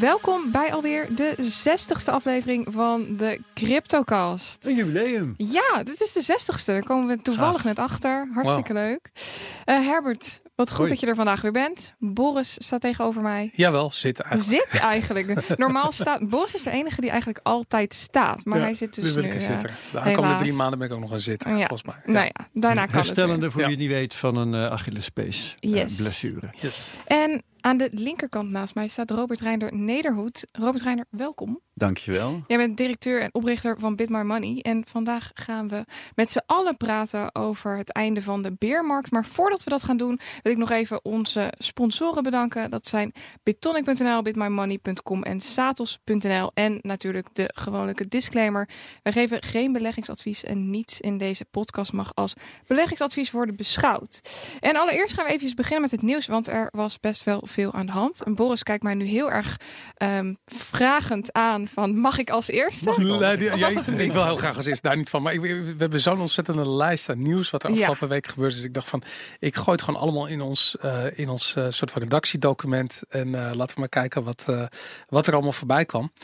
Welkom bij alweer de 60ste aflevering van de CryptoCast. Een jubileum. Ja, dit is de 60ste. Daar komen we toevallig net achter. Hartstikke leuk. Herbert, wat goed dat je er vandaag weer bent. Boris staat tegenover mij. Jawel, zit eigenlijk. Normaal staat... Boris is de enige die eigenlijk altijd staat. Maar hij zit dus nu nu... zitten. De aankomende 3 maanden ben ik ook nog gaan zitten, volgens mij. Nou ja, daarna kan herstellende, het voor wie het niet weet, van een Achillespees blessure. Yes. En aan de linkerkant naast mij staat Robert Reinder Nederhoed. Robert Reinder, welkom. Dankjewel. Jij bent directeur en oprichter van Bit My Money. En vandaag gaan we met z'n allen praten over het einde van de beermarkt. Maar voordat we dat gaan doen, wil ik nog even onze sponsoren bedanken. Dat zijn Bitonic.nl, bitmymoney.com en Satos.nl. En natuurlijk de gewone disclaimer. Wij geven geen beleggingsadvies en niets in deze podcast mag als beleggingsadvies worden beschouwd. En allereerst gaan we even beginnen met het nieuws, want er was best wel veel aan de hand. En Boris kijkt mij nu heel erg vragend aan van, mag ik als eerste? Ik wil heel graag als eerste, daar niet van. Maar we hebben zo'n ontzettende lijst aan nieuws wat er afgelopen week gebeurd is. Dus ik dacht van, ik gooi het gewoon allemaal in ons soort van redactiedocument. En laten we maar kijken wat er allemaal voorbij kwam.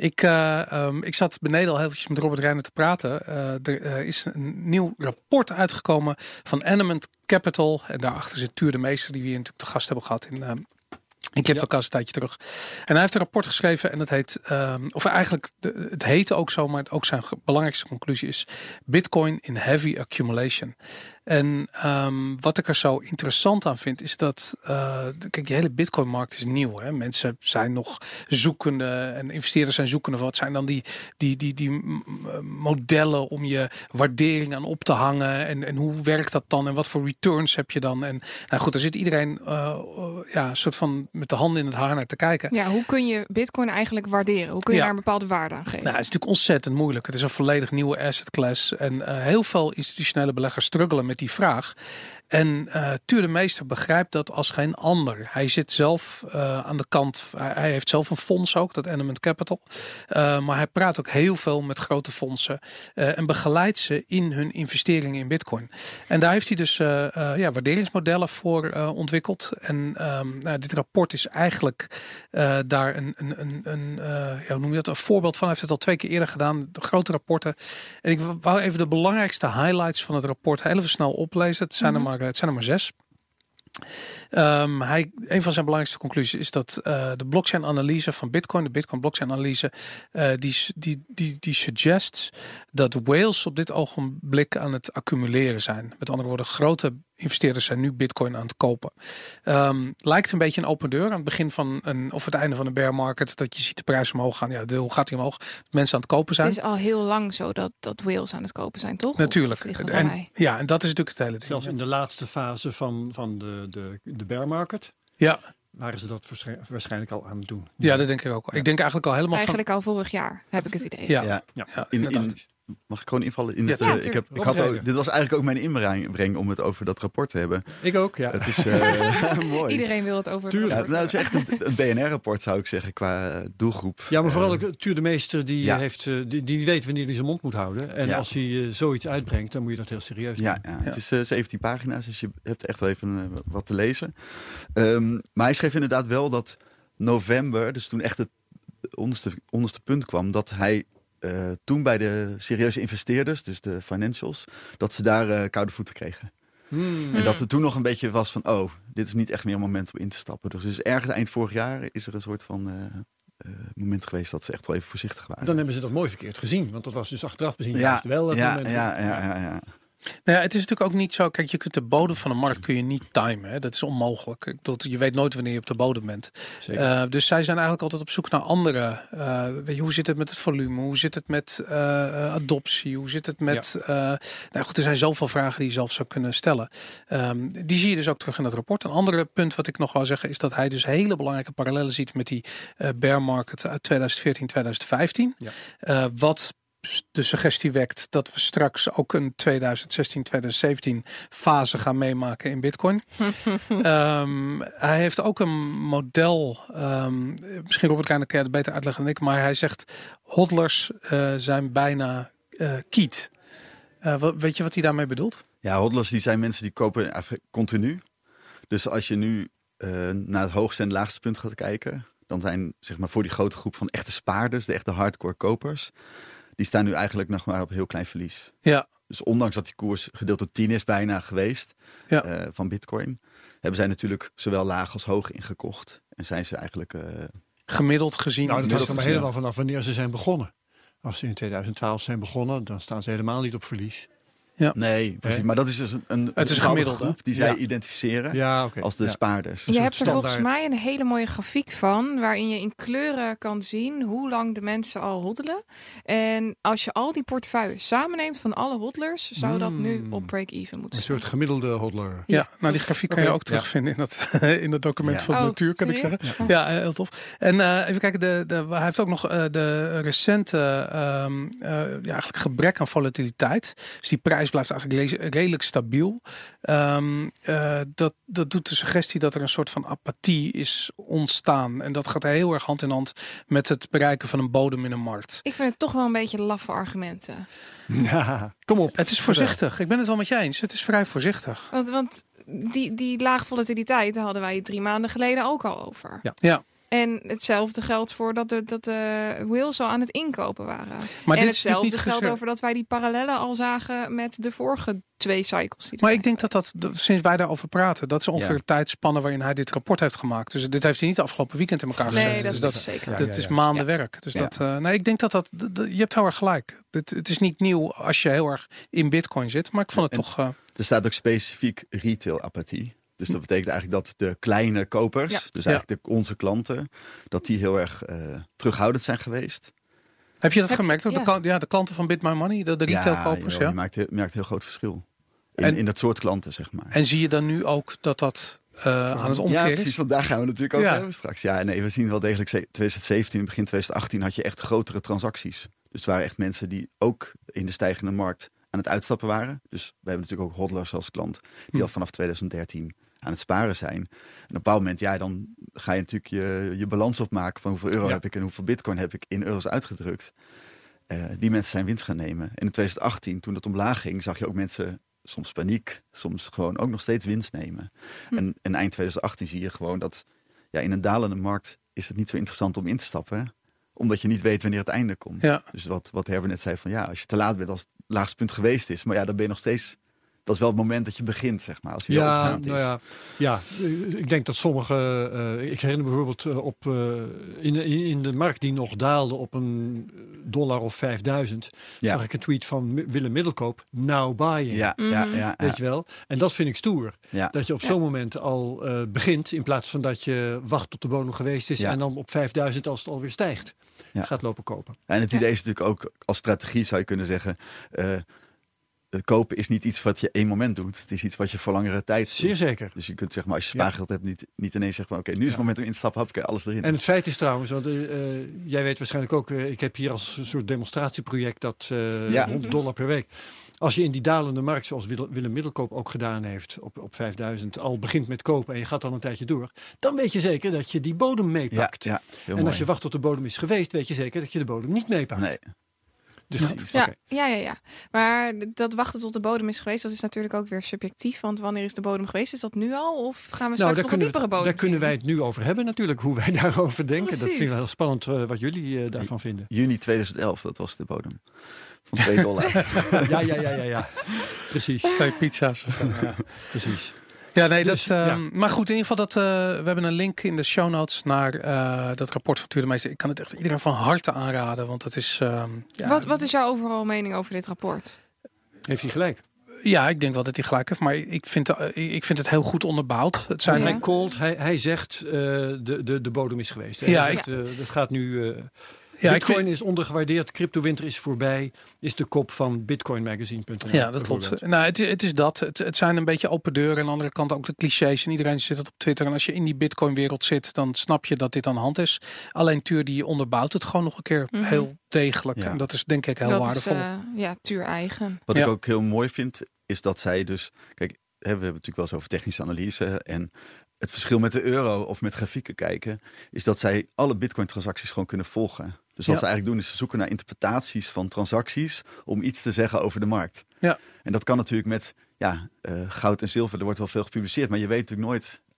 Ik zat beneden al heel eventjes met Robert Reinder te praten. Er is een nieuw rapport uitgekomen van Element Capital. En daarachter zit Tuur de Meester, die we hier natuurlijk te gast hebben gehad in CryptoCast een tijdje terug. En hij heeft een rapport geschreven en dat heet, het heette ook zo, maar ook zijn belangrijkste conclusie is Bitcoin in Heavy Accumulation. En wat ik er zo interessant aan vind is dat, kijk, die hele Bitcoin-markt is nieuw. Hè? Mensen zijn nog zoekende en investeerders zijn zoekende. Wat zijn dan die modellen om je waardering aan op te hangen? En hoe werkt dat dan? En wat voor returns heb je dan? En nou goed, daar zit iedereen soort van met de handen in het haar naar te kijken. Ja, hoe kun je Bitcoin eigenlijk waarderen? Hoe kun je daar een bepaalde waarde aan geven? Nou, het is natuurlijk ontzettend moeilijk. Het is een volledig nieuwe asset class. En heel veel institutionele beleggers struggelen met die vraag. En Tuur de Meester begrijpt dat als geen ander. Hij zit zelf aan de kant. Hij heeft zelf een fonds ook, dat Element Capital. Maar hij praat ook heel veel met grote fondsen. En begeleidt ze in hun investeringen in Bitcoin. En daar heeft hij dus waarderingsmodellen voor ontwikkeld. En dit rapport is eigenlijk daar hoe noem je dat, een voorbeeld van. Hij heeft het al 2 keer eerder gedaan. De grote rapporten. En ik wou even de belangrijkste highlights van het rapport heel even snel oplezen. Het zijn er maar 6. Een van zijn belangrijkste conclusies is dat de blockchain-analyse van Bitcoin, de Bitcoin-blockchain-analyse, die suggests dat whales op dit ogenblik aan het accumuleren zijn. Met andere woorden, grote investeerders zijn nu Bitcoin aan het kopen. Lijkt een beetje een open deur aan het begin van het einde van een bear market, dat je ziet de prijs omhoog gaan. Ja, hoe gaat die omhoog? Mensen aan het kopen zijn. Het is al heel lang zo dat whales aan het kopen zijn, toch? Natuurlijk. En dat is natuurlijk het hele ding. Zelfs in de laatste fase van de bear market. Ja. Waren ze dat waarschijnlijk al aan het doen? Ja, dat denk ik ook. Ja. Ik denk eigenlijk al helemaal al vorig jaar, heb ik het idee. Ja. Mag ik gewoon invallen? Dit was eigenlijk ook mijn inbreng om het over dat rapport te hebben. Ik ook, ja. Het is mooi. Iedereen wil het over het rapport. Het is echt een BNR-rapport, zou ik zeggen, qua doelgroep. Ja, maar vooral Tuur de Meester, die weet wanneer hij zijn mond moet houden. En als hij zoiets uitbrengt, dan moet je dat heel serieus doen. Ja. Het is 17 pagina's, dus je hebt echt wel even wat te lezen. Maar hij schreef inderdaad wel dat november, dus toen echt het onderste punt kwam, dat hij toen bij de serieuze investeerders, dus de financials, dat ze daar koude voeten kregen. En dat er toen nog een beetje was van, dit is niet echt meer een moment om in te stappen. Dus ergens eind vorig jaar is er een soort van moment geweest dat ze echt wel even voorzichtig waren. Dan hebben ze dat mooi verkeerd gezien, want dat was dus achteraf bezien juist wel dat moment. Ja. Nou ja, het is natuurlijk ook niet zo. Kijk, je kunt de bodem van de markt kun je niet timen. Hè? Dat is onmogelijk. Ik bedoel, je weet nooit wanneer je op de bodem bent. Dus zij zijn eigenlijk altijd op zoek naar andere. Weet je, hoe zit het met het volume? Hoe zit het met adoptie? Hoe zit het met? Er zijn zoveel vragen die je zelf zou kunnen stellen. Die zie je dus ook terug in het rapport. Een andere punt wat ik nog wou zeggen is dat hij dus hele belangrijke parallellen ziet met die bear market uit 2014, 2015. Ja. Wat de suggestie wekt dat we straks ook een 2016, 2017 fase gaan meemaken in Bitcoin. Hij heeft ook een model, misschien Robert kan het beter uitleggen dan ik, maar hij zegt hodlers zijn bijna kiet. Weet je wat hij daarmee bedoelt? Ja, hodlers die zijn mensen die kopen continu. Dus als je nu naar het hoogste en laagste punt gaat kijken, dan zijn zeg maar voor die grote groep van echte spaarders, de echte hardcore kopers, die staan nu eigenlijk nog maar op heel klein verlies. Ja. Dus ondanks dat die koers gedeeld door 10 is bijna geweest van Bitcoin, hebben zij natuurlijk zowel laag als hoog ingekocht. En zijn ze eigenlijk gemiddeld gezien. Nou, dat hangt er maar helemaal vanaf wanneer ze zijn begonnen. Als ze in 2012 zijn begonnen, dan staan ze helemaal niet op verlies. Ja. Nee, precies. Maar dat is dus een gemiddelde groep die zij identificeren als de spaarders. Je hebt er volgens mij een hele mooie grafiek van, waarin je in kleuren kan zien hoe lang de mensen al hoddelen. En als je al die portefeuilles samenneemt van alle hodlers, zou dat nu op break-even moeten zijn. Een soort gemiddelde hodler. Ja, nou die grafiek kan je ook terugvinden in dat document van de natuur, kan ik zeggen. Ja, heel tof. En even kijken, hij heeft ook nog de recente eigenlijk gebrek aan volatiliteit. Dus die prijs blijft eigenlijk redelijk stabiel. Dat doet de suggestie dat er een soort van apathie is ontstaan. En dat gaat heel erg hand in hand met het bereiken van een bodem in een markt. Ik vind het toch wel een beetje laffe argumenten. Ja, kom op. Het is voorzichtig. Ik ben het wel met je eens. Het is vrij voorzichtig. Want die laag volatiliteit hadden wij 3 maanden geleden ook al over. Ja. En hetzelfde geldt voor dat de whales al aan het inkopen waren. Maar en dit hetzelfde is geldt over dat wij die parallellen al zagen met de vorige 2 cycles. Maar ik denk dat sinds wij daarover praten, dat is ongeveer de tijdspannen waarin hij dit rapport heeft gemaakt. Dus dit heeft hij niet afgelopen weekend in elkaar gezet. Nee, dat dus is zeker. Dat is maanden werk. Dus ik denk dat je hebt heel erg gelijk. Het is niet nieuw als je heel erg in Bitcoin zit, maar ik vond het toch. Er staat ook specifiek retail apathie. Dus dat betekent eigenlijk dat de kleine kopers, dus eigenlijk onze klanten, dat die heel erg terughoudend zijn geweest. Heb je dat gemerkt? De klanten van Bit My Money, de retailkopers? Je merkt heel groot verschil in dat soort klanten, zeg maar. En zie je dan nu ook dat aan het omkeren is? Ja, precies. Want daar gaan we natuurlijk ook hebben straks. Ja, nee, we zien wel degelijk 2017, begin 2018 had je echt grotere transacties. Dus het waren echt mensen die ook in de stijgende markt aan het uitstappen waren. Dus we hebben natuurlijk ook hodlers als klant die al vanaf 2013 aan het sparen zijn. En op een bepaald moment, dan ga je natuurlijk je balans opmaken van hoeveel euro heb ik en hoeveel bitcoin heb ik in euro's uitgedrukt. Die mensen zijn winst gaan nemen. En in 2018, toen het omlaag ging, zag je ook mensen soms paniek, soms gewoon ook nog steeds winst nemen. En eind 2018 zie je gewoon dat in een dalende markt is het niet zo interessant om in te stappen. Omdat je niet weet wanneer het einde komt. Ja. Dus wat Herben net zei van als je te laat bent als het laagste punt geweest is. Maar dan ben je nog steeds. Dat is wel het moment dat je begint, zeg maar. Als je opgaand is. Ik denk dat sommige. Ik herinner me bijvoorbeeld in de markt die nog daalde op $1 of 5000. Zag ik een tweet van Willem Middelkoop. Now buying. Weet je wel? En dat vind ik stoer. Ja. Dat je op zo'n moment al begint. In plaats van dat je wacht tot de bodem geweest is. En dan op 5000 als het alweer stijgt. Gaat lopen kopen. En het idee is natuurlijk ook als strategie zou je kunnen zeggen. Het kopen is niet iets wat je één moment doet. Het is iets wat je voor langere tijd doet. Zeer zeker. Dus je kunt zeg maar als je spaargeld hebt niet ineens zeggen van oké, nu is het moment om in te stappen, heb ik alles erin. En het feit is trouwens, want jij weet waarschijnlijk ook, ik heb hier als een soort demonstratieproject dat $100 per week. Als je in die dalende markt, zoals Willem Middelkoop ook gedaan heeft, op 5000 al begint met kopen en je gaat dan een tijdje door, dan weet je zeker dat je die bodem meepakt. En als je wacht tot de bodem is geweest, weet je zeker dat je de bodem niet meepakt. Nee. Dus ja. Maar dat wachten tot de bodem is geweest, dat is natuurlijk ook weer subjectief. Want wanneer is de bodem geweest? Is dat nu al? Of gaan we straks nog een diepere bodem? Daar kunnen wij het nu over hebben natuurlijk, hoe wij daarover denken. Precies. Dat vind ik wel heel spannend wat jullie daarvan vinden. Juni 2011, dat was de bodem. Van $2. Ja. Precies. 2 pizza's. Ja. Precies. Ja, nee, maar goed, in ieder geval we hebben een link in de show notes naar dat rapport van Tuur de Meester. Ik kan het echt iedereen van harte aanraden, want dat is... Wat is jouw overal mening over dit rapport? Heeft hij gelijk? Ja, ik denk wel dat hij gelijk heeft, maar ik vind het heel goed onderbouwd. Hij zegt de bodem is geweest. Dat gaat nu... Bitcoin is ondergewaardeerd, cryptowinter is voorbij, is de kop van bitcoinmagazine.nl. Ja, dat klopt. Nou, het is dat. Het zijn een beetje open deuren. En aan de andere kant ook de clichés. En iedereen zit het op Twitter. En als je in die Bitcoin-wereld zit, dan snap je dat dit aan de hand is. Alleen Tuur die onderbouwt het gewoon nog een keer heel degelijk. Ja. En dat is denk ik heel waardevol. Tuur eigen. Wat ik ook heel mooi vind, is dat zij dus... Kijk, we hebben natuurlijk wel eens over technische analyse en... Het verschil met de euro of met grafieken kijken, is dat zij alle Bitcoin-transacties gewoon kunnen volgen. Dus wat ze eigenlijk doen, is ze zoeken naar interpretaties van transacties om iets te zeggen over de markt. Ja. En dat kan natuurlijk met goud en zilver. Er wordt wel veel gepubliceerd, maar je weet natuurlijk nooit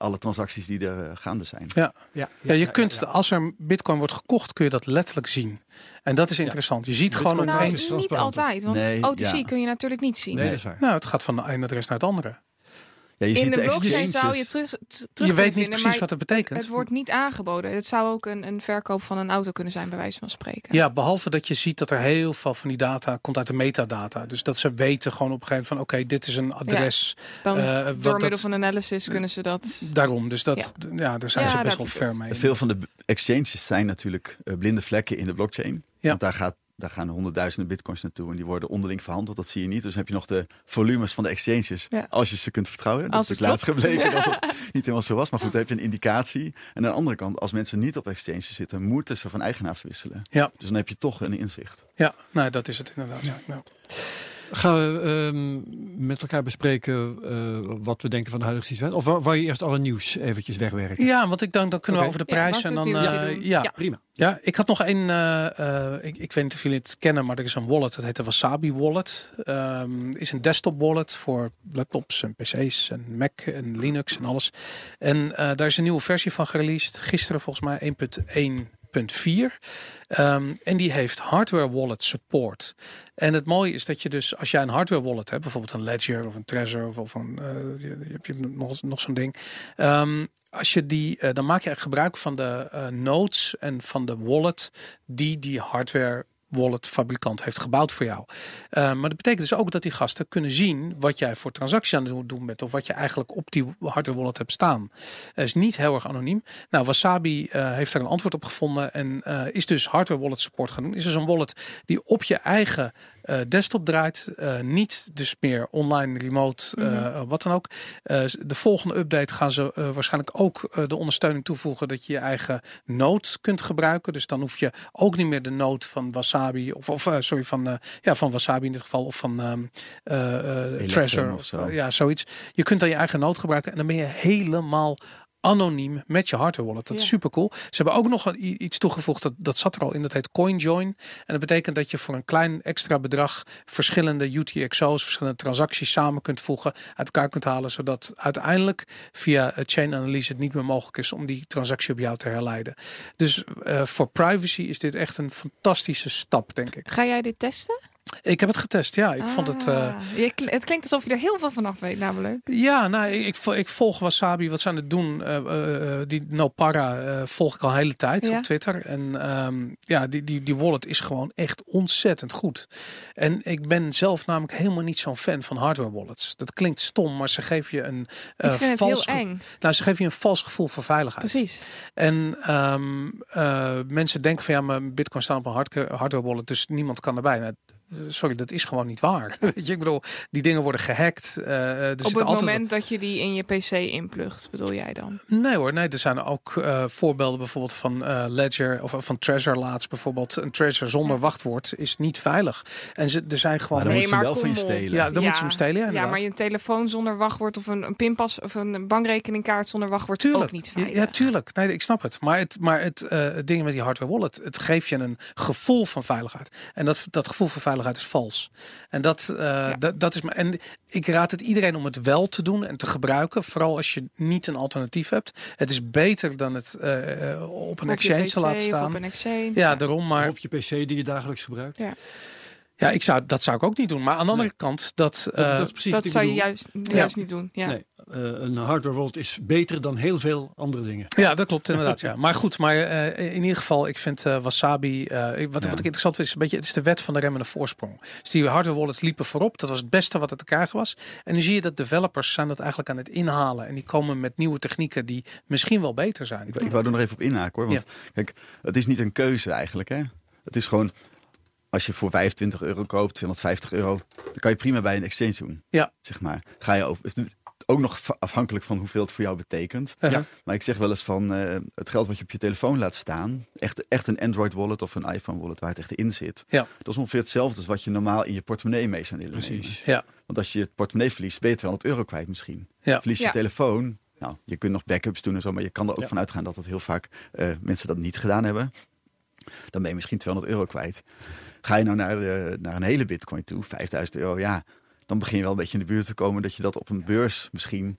alle transacties die er gaande zijn. Je kunt, als er bitcoin wordt gekocht, kun je dat letterlijk zien. En dat is interessant. Je ziet gewoon opeens... Nou, niet altijd, want OTC kun je natuurlijk niet zien. Nee, dat is waar. Nou, het gaat van de ene adres naar het andere. Ja, je in ziet de de blockchain zou je terug je weet niet precies wat het betekent. Het wordt niet aangeboden. Het zou ook een verkoop van een auto kunnen zijn, bij wijze van spreken. Ja, behalve dat je ziet dat er heel veel van die data komt uit de metadata. Dus dat ze weten gewoon op een gegeven moment van oké, dit is een adres. Dan door middel van analysis kunnen ze dat... Daarom, dus daar zijn ze best wel ver mee. Veel van de exchanges zijn natuurlijk blinde vlekken in de blockchain. Ja. Want daar gaan honderdduizenden bitcoins naartoe en die worden onderling verhandeld. Dat zie je niet. Dus dan heb je nog de volumes van de exchanges. Ja. Als je ze kunt vertrouwen. Dat is laatst gebleken dat het niet helemaal zo was. Maar goed, dan heb je een indicatie. En aan de andere kant, als mensen niet op exchanges zitten, moeten ze van eigenaar verwisselen. Ja. Dus dan heb je toch een inzicht. Ja, nou dat is het inderdaad. Ja. Nou. Gaan we met elkaar bespreken wat we denken van de huidige situatie? Of wou je eerst alle nieuws eventjes wegwerken? Ja, want ik denk dan kunnen we over de prijs en dan... prima. Ja, ik had nog één... ik weet niet of jullie het kennen, maar er is een wallet. Dat heet de Wasabi Wallet. Is een desktop wallet voor laptops en PC's en Mac en Linux en alles. En daar is een nieuwe versie van gereleased. Gisteren volgens mij 1.1.4. En die heeft hardware wallet support. En het mooie is dat je dus, als jij een hardware wallet hebt, bijvoorbeeld een Ledger of een Trezor of een, je nog zo'n ding. Als je die, dan maak je echt gebruik van de nodes en van de wallet die hardware wallet fabrikant heeft gebouwd voor jou. Maar dat betekent dus ook dat die gasten kunnen zien wat jij voor transacties aan het doen bent of wat je eigenlijk op die hardware wallet hebt staan. Is niet heel erg anoniem. Nou, Wasabi heeft daar een antwoord op gevonden en is dus hardware wallet support gaan doen. Is dus een wallet die op je eigen desktop draait. Niet dus meer online, remote, wat dan ook. De volgende update gaan ze waarschijnlijk ook de ondersteuning toevoegen dat je je eigen node kunt gebruiken. Dus dan hoef je ook niet meer de node van Wasabi van Wasabi in dit geval of van Trezor of zo. Ja, zoiets. Je kunt dan je eigen node gebruiken en dan ben je helemaal anoniem met je hardware wallet. Dat is super cool. Ze hebben ook nog iets toegevoegd, dat zat er al in, dat heet CoinJoin. En dat betekent dat je voor een klein extra bedrag verschillende UTXO's, verschillende transacties samen kunt voegen, uit elkaar kunt halen, zodat uiteindelijk via chain analyse het niet meer mogelijk is om die transactie op jou te herleiden. Dus voor privacy is dit echt een fantastische stap, denk ik. Ga jij dit testen? Ik heb het getest, ja. Ik vond het... Het klinkt alsof je er heel veel vanaf weet, namelijk. Ja, nou, ik volg Wasabi, wat ze aan het doen. Die NoPara volg ik al een hele tijd op Twitter. En die wallet is gewoon echt ontzettend goed. En ik ben zelf namelijk helemaal niet zo'n fan van hardware wallets. Dat klinkt stom, maar ze geven je een vals... heel eng. Nou, ze geven je een vals gevoel voor veiligheid. Precies. En mensen denken van ja, mijn bitcoin staat op een hardware wallet, dus niemand kan erbij. Nou, sorry, dat is gewoon niet waar. Weet je, ik bedoel, die dingen worden gehackt. Op het moment dat je die in je PC inplugt, bedoel jij dan? Nee hoor, nee. Er zijn ook voorbeelden bijvoorbeeld van Ledger of van Trezor laatst bijvoorbeeld. Een Trezor zonder wachtwoord is niet veilig. En er zijn gewoon... Maar dan moeten ze wel van je stelen. Ja, dan moeten ze hem stelen. Ja, maar je telefoon zonder wachtwoord of een pinpas of een bankrekeningkaart zonder wachtwoord is ook niet veilig. Ja, tuurlijk. Nee, ik snap het. Maar het ding met die hardware wallet, het geeft je een gevoel van veiligheid. En dat gevoel van veiligheid is vals. En dat is maar. En ik raad het iedereen om het wel te doen en te gebruiken. Vooral als je niet een alternatief hebt. Het is beter dan het op een exchange te laten staan. Op een exchange. Ja, daarom maar. Op je PC die je dagelijks gebruikt. Ja, dat zou ik ook niet doen. Maar aan de andere kant, dat zou je juist niet doen. Ja. Nee. Een hardware wallet is beter dan heel veel andere dingen. Ja, dat klopt inderdaad. Ja. Maar goed, in ieder geval, ik vind Wasabi, wat ik interessant vind, is een beetje, het is de wet van de remmende voorsprong. Dus die hardware wallets liepen voorop. Dat was het beste wat er te krijgen was. En nu zie je dat developers zijn dat eigenlijk aan het inhalen. En die komen met nieuwe technieken die misschien wel beter zijn. Ik wou er nog even op inhaken hoor. Want kijk, het is niet een keuze eigenlijk. Hè? Het is gewoon, als je voor €25 koopt, €250, dan kan je prima bij een exchange doen. Ja. Zeg maar. Ga je over. Ook nog afhankelijk van hoeveel het voor jou betekent. Ja. Maar ik zeg wel eens van het geld wat je op je telefoon laat staan, echt een Android wallet of een iPhone wallet waar het echt in zit. Ja. Dat is ongeveer hetzelfde als wat je normaal in je portemonnee mee zou willen nemen. Ja. Want als je het portemonnee verliest, ben je €200 kwijt misschien. Ja. Verlies je telefoon, nou, je kunt nog backups doen en zo, maar je kan er ook van uitgaan dat het heel vaak mensen dat niet gedaan hebben. Dan ben je misschien €200 kwijt. Ga je nou naar een hele bitcoin toe, €5000, ja, dan begin je wel een beetje in de buurt te komen dat je dat op een beurs misschien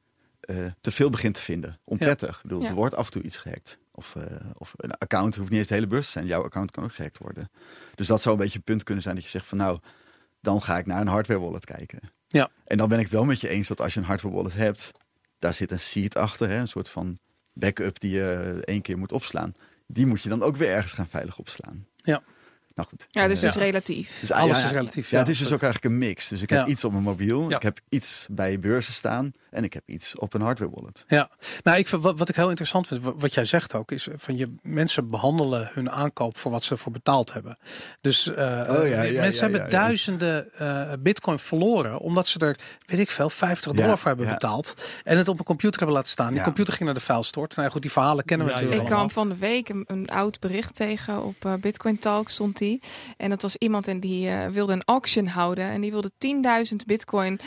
te veel begint te vinden. Onprettig. Ik bedoel, er wordt af en toe iets gehackt. Of een account hoeft niet eens de hele beurs te zijn. Jouw account kan ook gehackt worden. Dus dat zou een beetje een punt kunnen zijn dat je zegt van nou, dan ga ik naar een hardware wallet kijken. Ja. En dan ben ik het wel met je eens dat als je een hardware wallet hebt, daar zit een seed achter, een soort van backup die je 1 keer moet opslaan. Die moet je dan ook weer ergens gaan veilig opslaan. Ja. Nou goed. Ja, dus het is relatief. Dus alles is relatief. Ja, het is dus ook eigenlijk een mix. Dus ik heb iets op mijn mobiel, Ja. ik heb iets bij beurzen staan en ik heb iets op een hardware wallet. Ja, nou, wat ik heel interessant vind, wat jij zegt ook, is van mensen behandelen hun aankoop voor wat ze ervoor betaald hebben. Dus mensen hebben duizenden bitcoin verloren, omdat ze er, weet ik veel, $50 voor hebben betaald. En het op een computer hebben laten staan. Die computer ging naar de vuilstort. Nou goed, die verhalen kennen we natuurlijk Ik allemaal. kwam van de week een oud bericht tegen op Bitcoin Talk stond die. En dat was iemand en die wilde een auction houden. En die wilde 10.000 bitcoin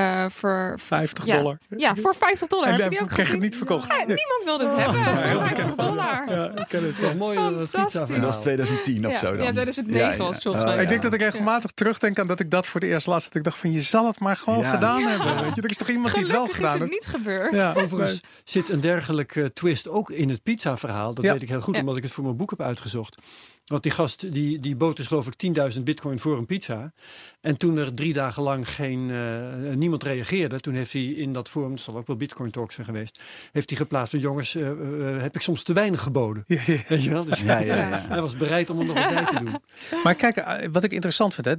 voor $50. Ja, voor $50. En Heb je die ook kreeg het gezien? niet verkocht. Ja, niemand wilde het hebben. $50. Ja, ik ken het. Wel mooi Fantastisch. En dat is 2010 of zo dan. Ja, 2009 was volgens mij. Ik denk dat ik regelmatig terugdenk aan dat ik dat voor de eerst las. Dat ik dacht van, je zal het maar gewoon gedaan hebben. Weet je? Er is toch iemand die het wel gedaan heeft? Gelukkig is het niet gebeurd. Ja, Overigens zit een dergelijke twist ook in het pizza-verhaal. Dat weet ik heel goed, omdat ik het voor mijn boek heb uitgezocht. Want die gast die bood dus geloof ik 10.000 bitcoin voor een pizza. En toen er 3 dagen lang niemand reageerde, toen heeft hij in dat forum, het zal ook wel Bitcoin Talk zijn geweest, heeft hij geplaatst van jongens, heb ik soms te weinig geboden. Weet je wel? Dus hij was bereid om er nog wat bij te doen. Maar kijk, wat ik interessant vind,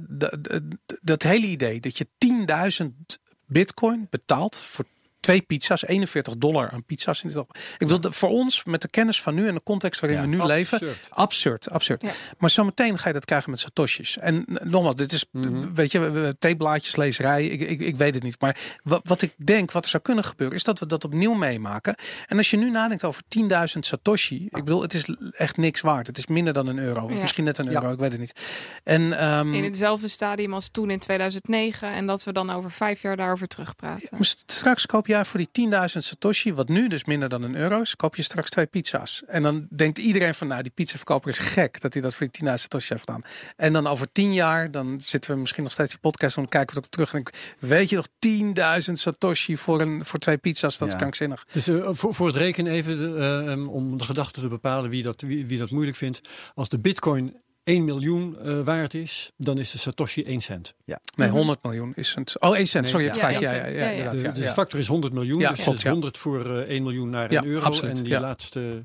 dat hele idee dat je 10.000 bitcoin betaalt voor 2 pizza's, $41 aan pizza's. Ik wil voor ons, met de kennis van nu en de context waarin we nu leven, absurd. Ja. Maar zometeen ga je dat krijgen met satoshis. En nogmaals, dit is, weet je, theeblaadjes, lezerij, ik weet het niet. Maar wat ik denk, wat er zou kunnen gebeuren, is dat we dat opnieuw meemaken. En als je nu nadenkt over 10.000 satoshi, ik bedoel, het is echt niks waard. Het is minder dan €1. Of misschien net €1, ik weet het niet. En, in hetzelfde stadium als toen in 2009. En dat we dan over 5 jaar daarover terugpraten. Maar straks koop je voor die 10.000 satoshi, wat nu dus minder dan €1 is, koop je straks 2 pizza's. En dan denkt iedereen van, nou, die pizzaverkoper is gek dat hij dat voor die 10.000 satoshi heeft gedaan. En dan over 10 jaar, dan zitten we misschien nog steeds die podcast en dan kijken we het ook terug en denk, weet je nog 10.000 satoshi voor 2 pizza's? Dat is krankzinnig. Dus voor het rekenen even, om de gedachte te bepalen wie dat moeilijk vindt. Als de bitcoin 1 miljoen waard is, dan is de Satoshi 1 cent. Ja. Nee, 100 miljoen is het. Oh, 1 cent. Sorry, je hebt gelijk. De factor is 100 miljoen. Ja, dus klopt, 100 voor 1 miljoen naar €1. Absoluut, en die laatste,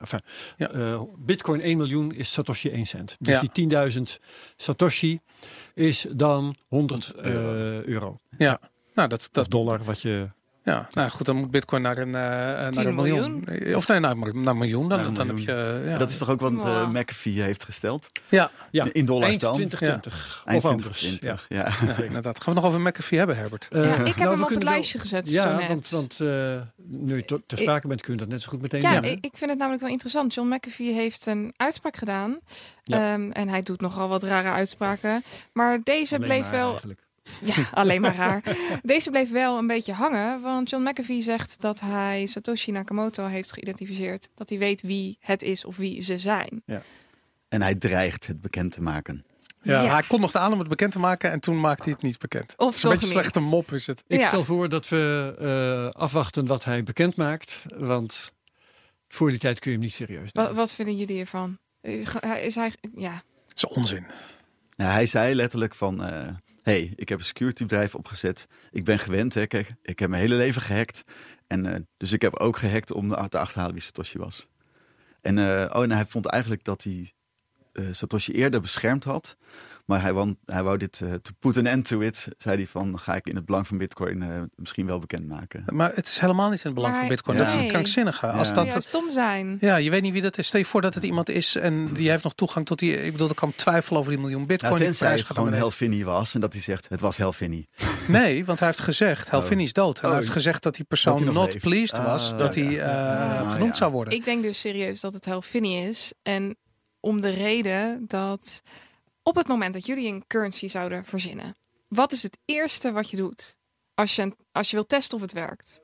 bitcoin 1 miljoen is Satoshi 1 cent. Dus die 10.000 Satoshi is dan €100. Ja, nou dat dollar wat je... Ja, nou goed, dan moet Bitcoin naar een miljoen. Of nee, naar een miljoen. Dan heb je. Dat is toch ook wat McAfee heeft gesteld? Ja, in dollars dan. Eind 2020. Eind Of anders. 2020. Ja, inderdaad. Gaan we nog over McAfee hebben, Herbert? Ik heb hem op het lijstje gezet. Ja, want nu je ter sprake bent, kun je dat net zo goed meteen doen. Ik vind het namelijk wel interessant. John McAfee heeft een uitspraak gedaan. En hij doet nogal wat rare uitspraken. Maar deze bleef wel... Eigenlijk. Ja, alleen maar raar. Deze bleef wel een beetje hangen, want John McAfee zegt dat hij Satoshi Nakamoto heeft geïdentificeerd. Dat hij weet wie het is of wie ze zijn. Ja. En hij dreigt het bekend te maken. Ja, hij kondigde aan om het bekend te maken en toen maakte hij het niet bekend. Of een beetje slechte mop is het. Ik stel voor dat we afwachten wat hij bekend maakt, want voor die tijd kun je hem niet serieus nemen. Wat vinden jullie ervan? Is hij... Ja. Dat is onzin. Nou, hij zei letterlijk van... hey, ik heb een securitybedrijf opgezet. Ik ben gewend, hè. Kijk, ik heb mijn hele leven gehackt. En dus ik heb ook gehackt om te achterhalen wie Satoshi was. En hij vond eigenlijk dat hij Satoshi eerder beschermd had. Maar hij wou dit, to put an end to it, zei hij van, ga ik in het belang van Bitcoin misschien wel bekendmaken. Maar het is helemaal niet in het belang van Bitcoin. Dat is het krankzinnige. Als dat zou stom zijn. Ja, je weet niet wie dat is. Stel je voor dat het iemand is en die heeft nog toegang tot die... Ik bedoel, er kan twijfel over die miljoen Bitcoin. Tenzij het gewoon Hal Finney was en dat hij zegt, het was Hal Finney. Nee, want hij heeft gezegd, Hal Finney is dood. En hij heeft gezegd dat die persoon not pleased was dat hij genoemd zou worden. Ik denk dus serieus dat het Hal Finney is. En om de reden dat... Op het moment dat jullie een currency zouden verzinnen, wat is het eerste wat je doet als je wilt testen of het werkt?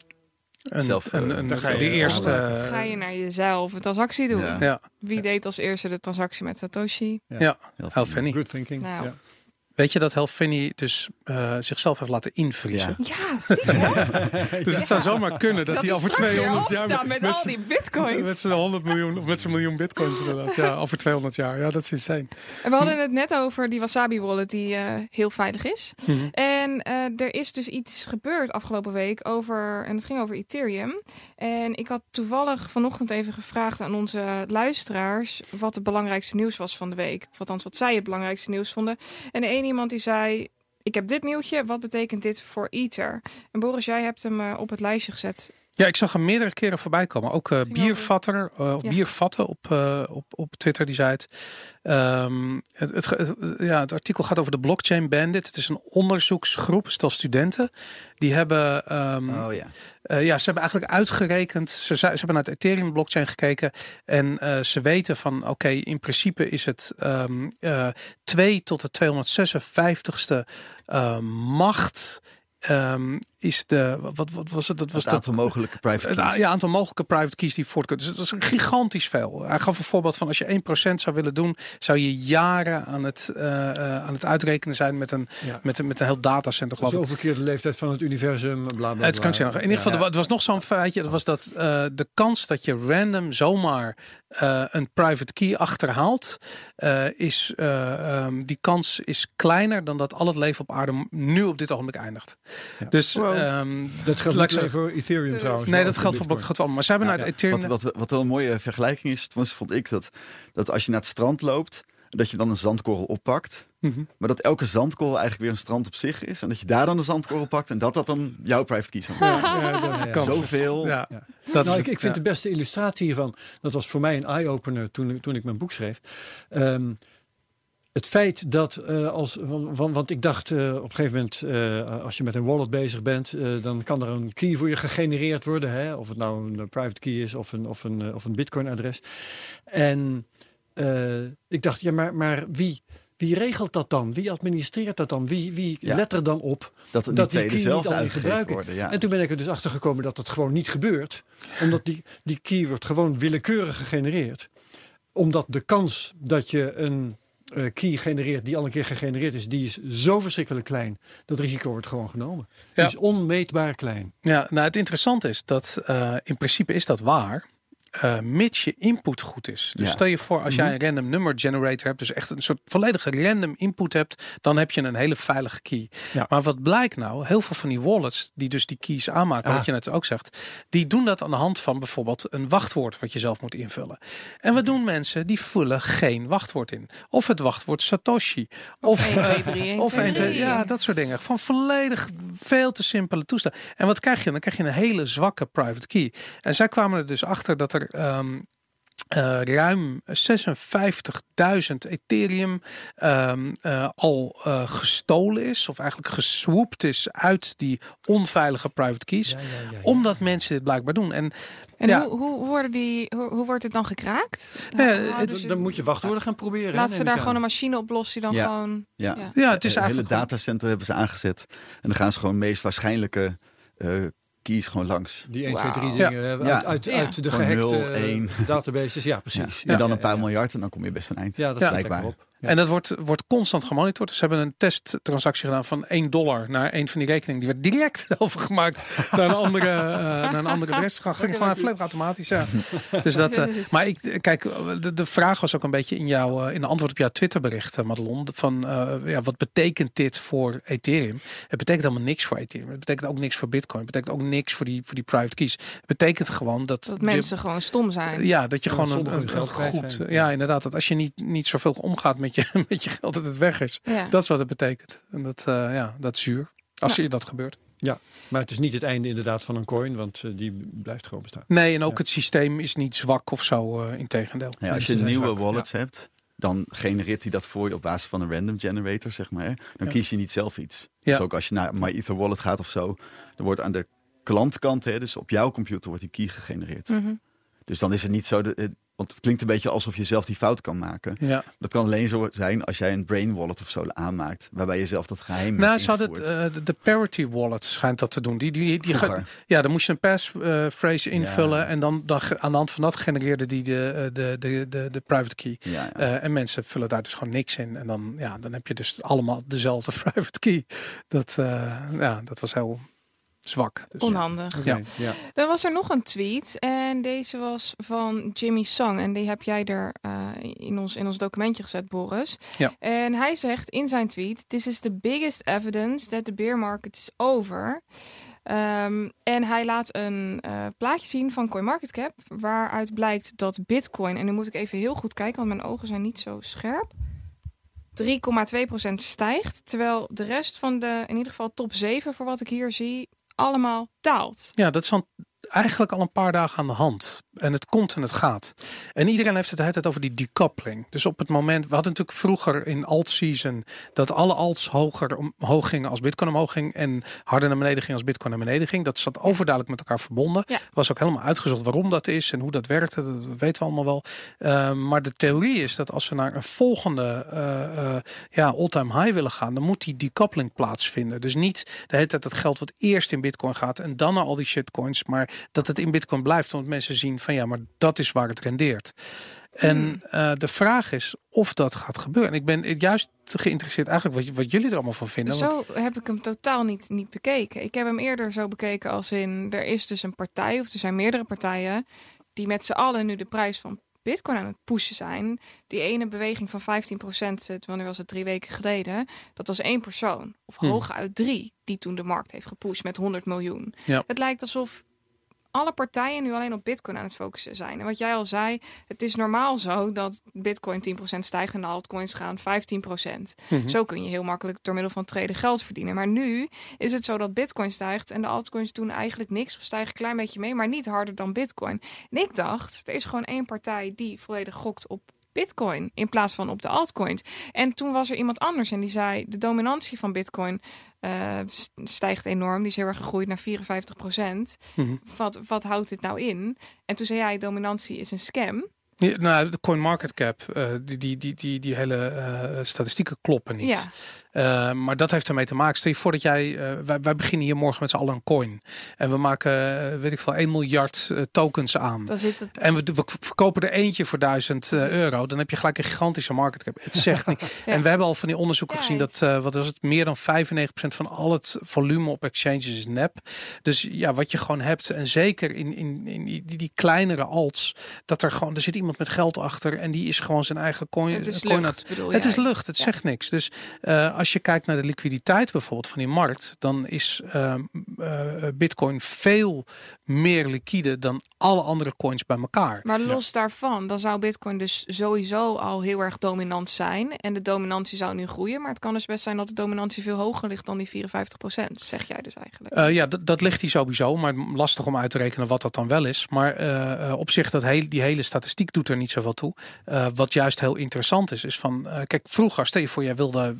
Ga je naar jezelf een transactie doen. Ja. Wie deed als eerste de transactie met Satoshi? Ja, Hal Finney. Good thinking. Nou. Weet je dat Helfini dus zichzelf heeft laten invriezen? Ja, zie je? Dus het zou zomaar kunnen dat hij over 200 jaar... met al die bitcoins. Met zijn 100 miljoen of met zijn miljoen bitcoins inderdaad. Ja, over 200 jaar. Ja, dat is insane. En we hadden het net over die Wasabi wallet die heel veilig is. Mm-hmm. En er is dus iets gebeurd afgelopen week en het ging over Ethereum. En ik had toevallig vanochtend even gevraagd aan onze luisteraars wat het belangrijkste nieuws was van de week. Of althans wat zij het belangrijkste nieuws vonden. En één iemand die zei, ik heb dit nieuwtje, wat betekent dit voor Ether? En Boris, jij hebt hem op het lijstje gezet. Ja, ik zag hem meerdere keren voorbij komen. Ook Biervatter, Biervatten op Twitter, die zei het. Het artikel gaat over de Blockchain Bandit. Het is een onderzoeksgroep, stel studenten. Die hebben... ze hebben eigenlijk uitgerekend. Ze hebben naar het Ethereum blockchain gekeken. En ze weten van, oké, in principe is het 2 tot de 256ste macht... is de wat was het? Dat was het aantal mogelijke private keys. Ja, aantal mogelijke private keys die voort kunnen. Dus dat is gigantisch veel. Hij gaf een voorbeeld van als je 1% zou willen doen, zou je jaren aan het uitrekenen zijn met een heel datacenter. Zoveel keer de leeftijd van het universum, bla bla bla. Het kan in ieder geval, het was nog zo'n feitje. Dat was dat de kans dat je random zomaar een private key achterhaalt, die kans is kleiner dan dat al het leven op aarde nu op dit ogenblik eindigt. Ja. Dus dat geldt niet alleen voor Ethereum trouwens. Nee, dat geldt voor Bitcoin. Maar ze hebben naar Ethereum. Wat wel een mooie vergelijking is, vond ik dat als je naar het strand loopt, dat je dan een zandkorrel oppakt. Mm-hmm. Maar dat elke zandkorrel eigenlijk weer een strand op zich is. En dat je daar dan een zandkorrel pakt en dat dan jouw private key is. Zoveel. Ja. Ja. Ik vind de beste illustratie hiervan, dat was voor mij een eye-opener toen ik mijn boek schreef. Het feit dat want ik dacht op een gegeven moment, als je met een wallet bezig bent, dan kan er een key voor je gegenereerd worden. Hè? Of het nou een private key is of een Bitcoin-adres. En ik dacht, ja, maar wie regelt dat dan? Wie administreert dat dan? Wie let er dan op dat die key niet al gebruiken? Worden, ja. En toen ben ik er dus achter gekomen dat dat gewoon niet gebeurt. Omdat die key wordt gewoon willekeurig gegenereerd. Omdat de kans dat je een key genereert die al een keer gegenereerd is, die is zo verschrikkelijk klein. Dat risico wordt gewoon genomen. Die is onmeetbaar klein. Ja, nou het interessante is dat in principe is dat waar. Mits je input goed is. Dus stel je voor, als jij een random number generator hebt, dus echt een soort volledige random input hebt, dan heb je een hele veilige key. Ja. Maar wat blijkt nou? Heel veel van die wallets die dus die keys aanmaken, wat je net ook zegt, die doen dat aan de hand van bijvoorbeeld een wachtwoord wat je zelf moet invullen. En wat doen mensen? Die vullen geen wachtwoord in. Of het wachtwoord Satoshi. Of 1, 2, 3, 1, 2, 3. Ja, dat soort dingen. Van volledig veel te simpele toestanden. En wat krijg je? Dan krijg je een hele zwakke private key. En zij kwamen er dus achter dat er ruim 56.000 Ethereum al gestolen is, of eigenlijk geswoopt is uit die onveilige private keys, omdat mensen dit blijkbaar doen. En hoe wordt het dan gekraakt? Dan moet je wachtwoorden gaan proberen. Laten ze daar gewoon een machine op lossen die dan gewoon... Ja, het is eigenlijk hele datacenter hebben ze aangezet. En dan gaan ze gewoon meest waarschijnlijke keys gewoon langs. Die 1, 2, 3 dingen uit de gehackte databases. Ja, precies. Ja. En dan een paar miljard en dan kom je best een eind. Ja, dat is blijkbaar op. Ja. En dat wordt constant gemonitord. Dus ze hebben een testtransactie gedaan van $1 naar een van die rekeningen. Die werd direct overgemaakt naar een andere adres. Ging gewoon volledig automatisch. Ja. Dus dat. Maar kijk, de vraag was ook een beetje in de antwoord op jouw Twitterbericht, Madelon. Van wat betekent dit voor Ethereum? Het betekent helemaal niks voor Ethereum. Het betekent ook niks voor Bitcoin. Het betekent ook niks voor die private keys. Het betekent gewoon dat mensen gewoon stom zijn. Ja, dat je gewoon een goed. Ja, inderdaad. Dat als je niet zoveel omgaat met je geld, dat het weg is. Ja. Dat is wat het betekent. En dat is zuur. Als je dat gebeurt. Ja, maar het is niet het einde inderdaad van een coin, want die blijft gewoon bestaan. Nee, en ook het systeem is niet zwak of zo, integendeel. Ja, als je nieuwe wallets hebt, dan genereert hij dat voor je op basis van een random generator, zeg maar. Dan kies je niet zelf iets. Dus ook als je naar MyEther Wallet gaat of zo, dan wordt aan de klantkant, dus op jouw computer, wordt die key gegenereerd. Mm-hmm. Dus dan is het niet zo, Want het klinkt een beetje alsof je zelf die fout kan maken. Ja. Dat kan alleen zo zijn als jij een brain wallet of zo aanmaakt. Waarbij je zelf dat geheim ze hadden de Parity wallet schijnt dat te doen. Dan moest je een passphrase invullen. En dan aan de hand van dat genereerde die de private key. Ja. En mensen vullen daar dus gewoon niks in. En dan heb je dus allemaal dezelfde private key. Dat was heel zwak. Dus onhandig. Ja. Ja. Dan was er nog een tweet. En deze was van Jimmy Song. En die heb jij er in ons documentje gezet, Boris. Ja. En hij zegt in zijn tweet: "This is the biggest evidence that the bear market is over." En hij laat een plaatje zien van CoinMarketCap. Waaruit blijkt dat Bitcoin... En nu moet ik even heel goed kijken, want mijn ogen zijn niet zo scherp. 3,2% stijgt. Terwijl de rest van de, in ieder geval top 7, voor wat ik hier zie, allemaal daalt. Ja, dat is dan eigenlijk al een paar dagen aan de hand. En het komt en het gaat. En iedereen heeft het de hele tijd over die decoupling. Dus op het moment, we hadden natuurlijk vroeger in alt-season dat alle alts hoger omhoog gingen als Bitcoin omhoog ging en harder naar beneden ging als Bitcoin naar beneden ging. Dat zat overduidelijk met elkaar verbonden. Ja. Was ook helemaal uitgezocht waarom dat is en hoe dat werkte. Dat weten we allemaal wel. Maar de theorie is dat als we naar een volgende all-time high willen gaan, dan moet die decoupling plaatsvinden. Dus niet de hele tijd het geld wat eerst in Bitcoin gaat en dan naar al die shitcoins, maar dat het in Bitcoin blijft, omdat mensen zien van ja, maar dat is waar het rendeert. En de vraag is of dat gaat gebeuren. En ik ben juist geïnteresseerd eigenlijk wat jullie er allemaal van vinden. Zo heb ik hem totaal niet bekeken. Ik heb hem eerder zo bekeken als in, er is dus een partij, of er zijn meerdere partijen, die met z'n allen nu de prijs van Bitcoin aan het pushen zijn. Die ene beweging van 15%, wanneer was het 3 weken geleden, dat was 1 persoon. Of hooguit 3, die toen de markt heeft gepusht met 100 miljoen. Ja. Het lijkt alsof alle partijen nu alleen op Bitcoin aan het focussen zijn. En wat jij al zei, het is normaal zo dat Bitcoin 10% stijgt en de altcoins gaan 15%. Zo kun je heel makkelijk door middel van traden geld verdienen. Maar nu is het zo dat Bitcoin stijgt en de altcoins doen eigenlijk niks of stijgen een klein beetje mee, maar niet harder dan Bitcoin. En ik dacht, er is gewoon 1 partij die volledig gokt op Bitcoin in plaats van op de altcoins. En toen was er iemand anders en die zei, de dominantie van Bitcoin stijgt enorm. Die is heel erg gegroeid naar 54%. Wat houdt dit nou in? En toen zei jij, dominantie is een scam. Ja, nou, de CoinMarketCap, die hele statistieken kloppen niet. Ja. Maar dat heeft ermee te maken. Stel je voor dat wij beginnen hier morgen met z'n allen een coin. En we maken, 1 miljard tokens aan. En we verkopen er eentje voor €1000. Dan heb je gelijk een gigantische market cap. Het zegt niet. Ja. En we hebben al van die onderzoeken gezien dat, meer dan 95% van al het volume op exchanges is nep. Dus ja, wat je gewoon hebt, en zeker in die kleinere alts, dat er zit iemand met geld achter en die is gewoon zijn eigen coin. Het is lucht, het is lucht, het zegt niks. Dus als je kijkt naar de liquiditeit bijvoorbeeld van die markt, dan is Bitcoin veel meer liquide dan alle andere coins bij elkaar. Maar los daarvan, dan zou Bitcoin dus sowieso al heel erg dominant zijn. En de dominantie zou nu groeien. Maar het kan dus best zijn dat de dominantie veel hoger ligt dan die 54%. Zeg jij dus eigenlijk? Dat ligt die sowieso. Maar lastig om uit te rekenen wat dat dan wel is. Maar op zich, die hele statistiek doet er niet zoveel toe. Wat juist heel interessant is van, kijk, vroeger, stel je voor, jij wilde,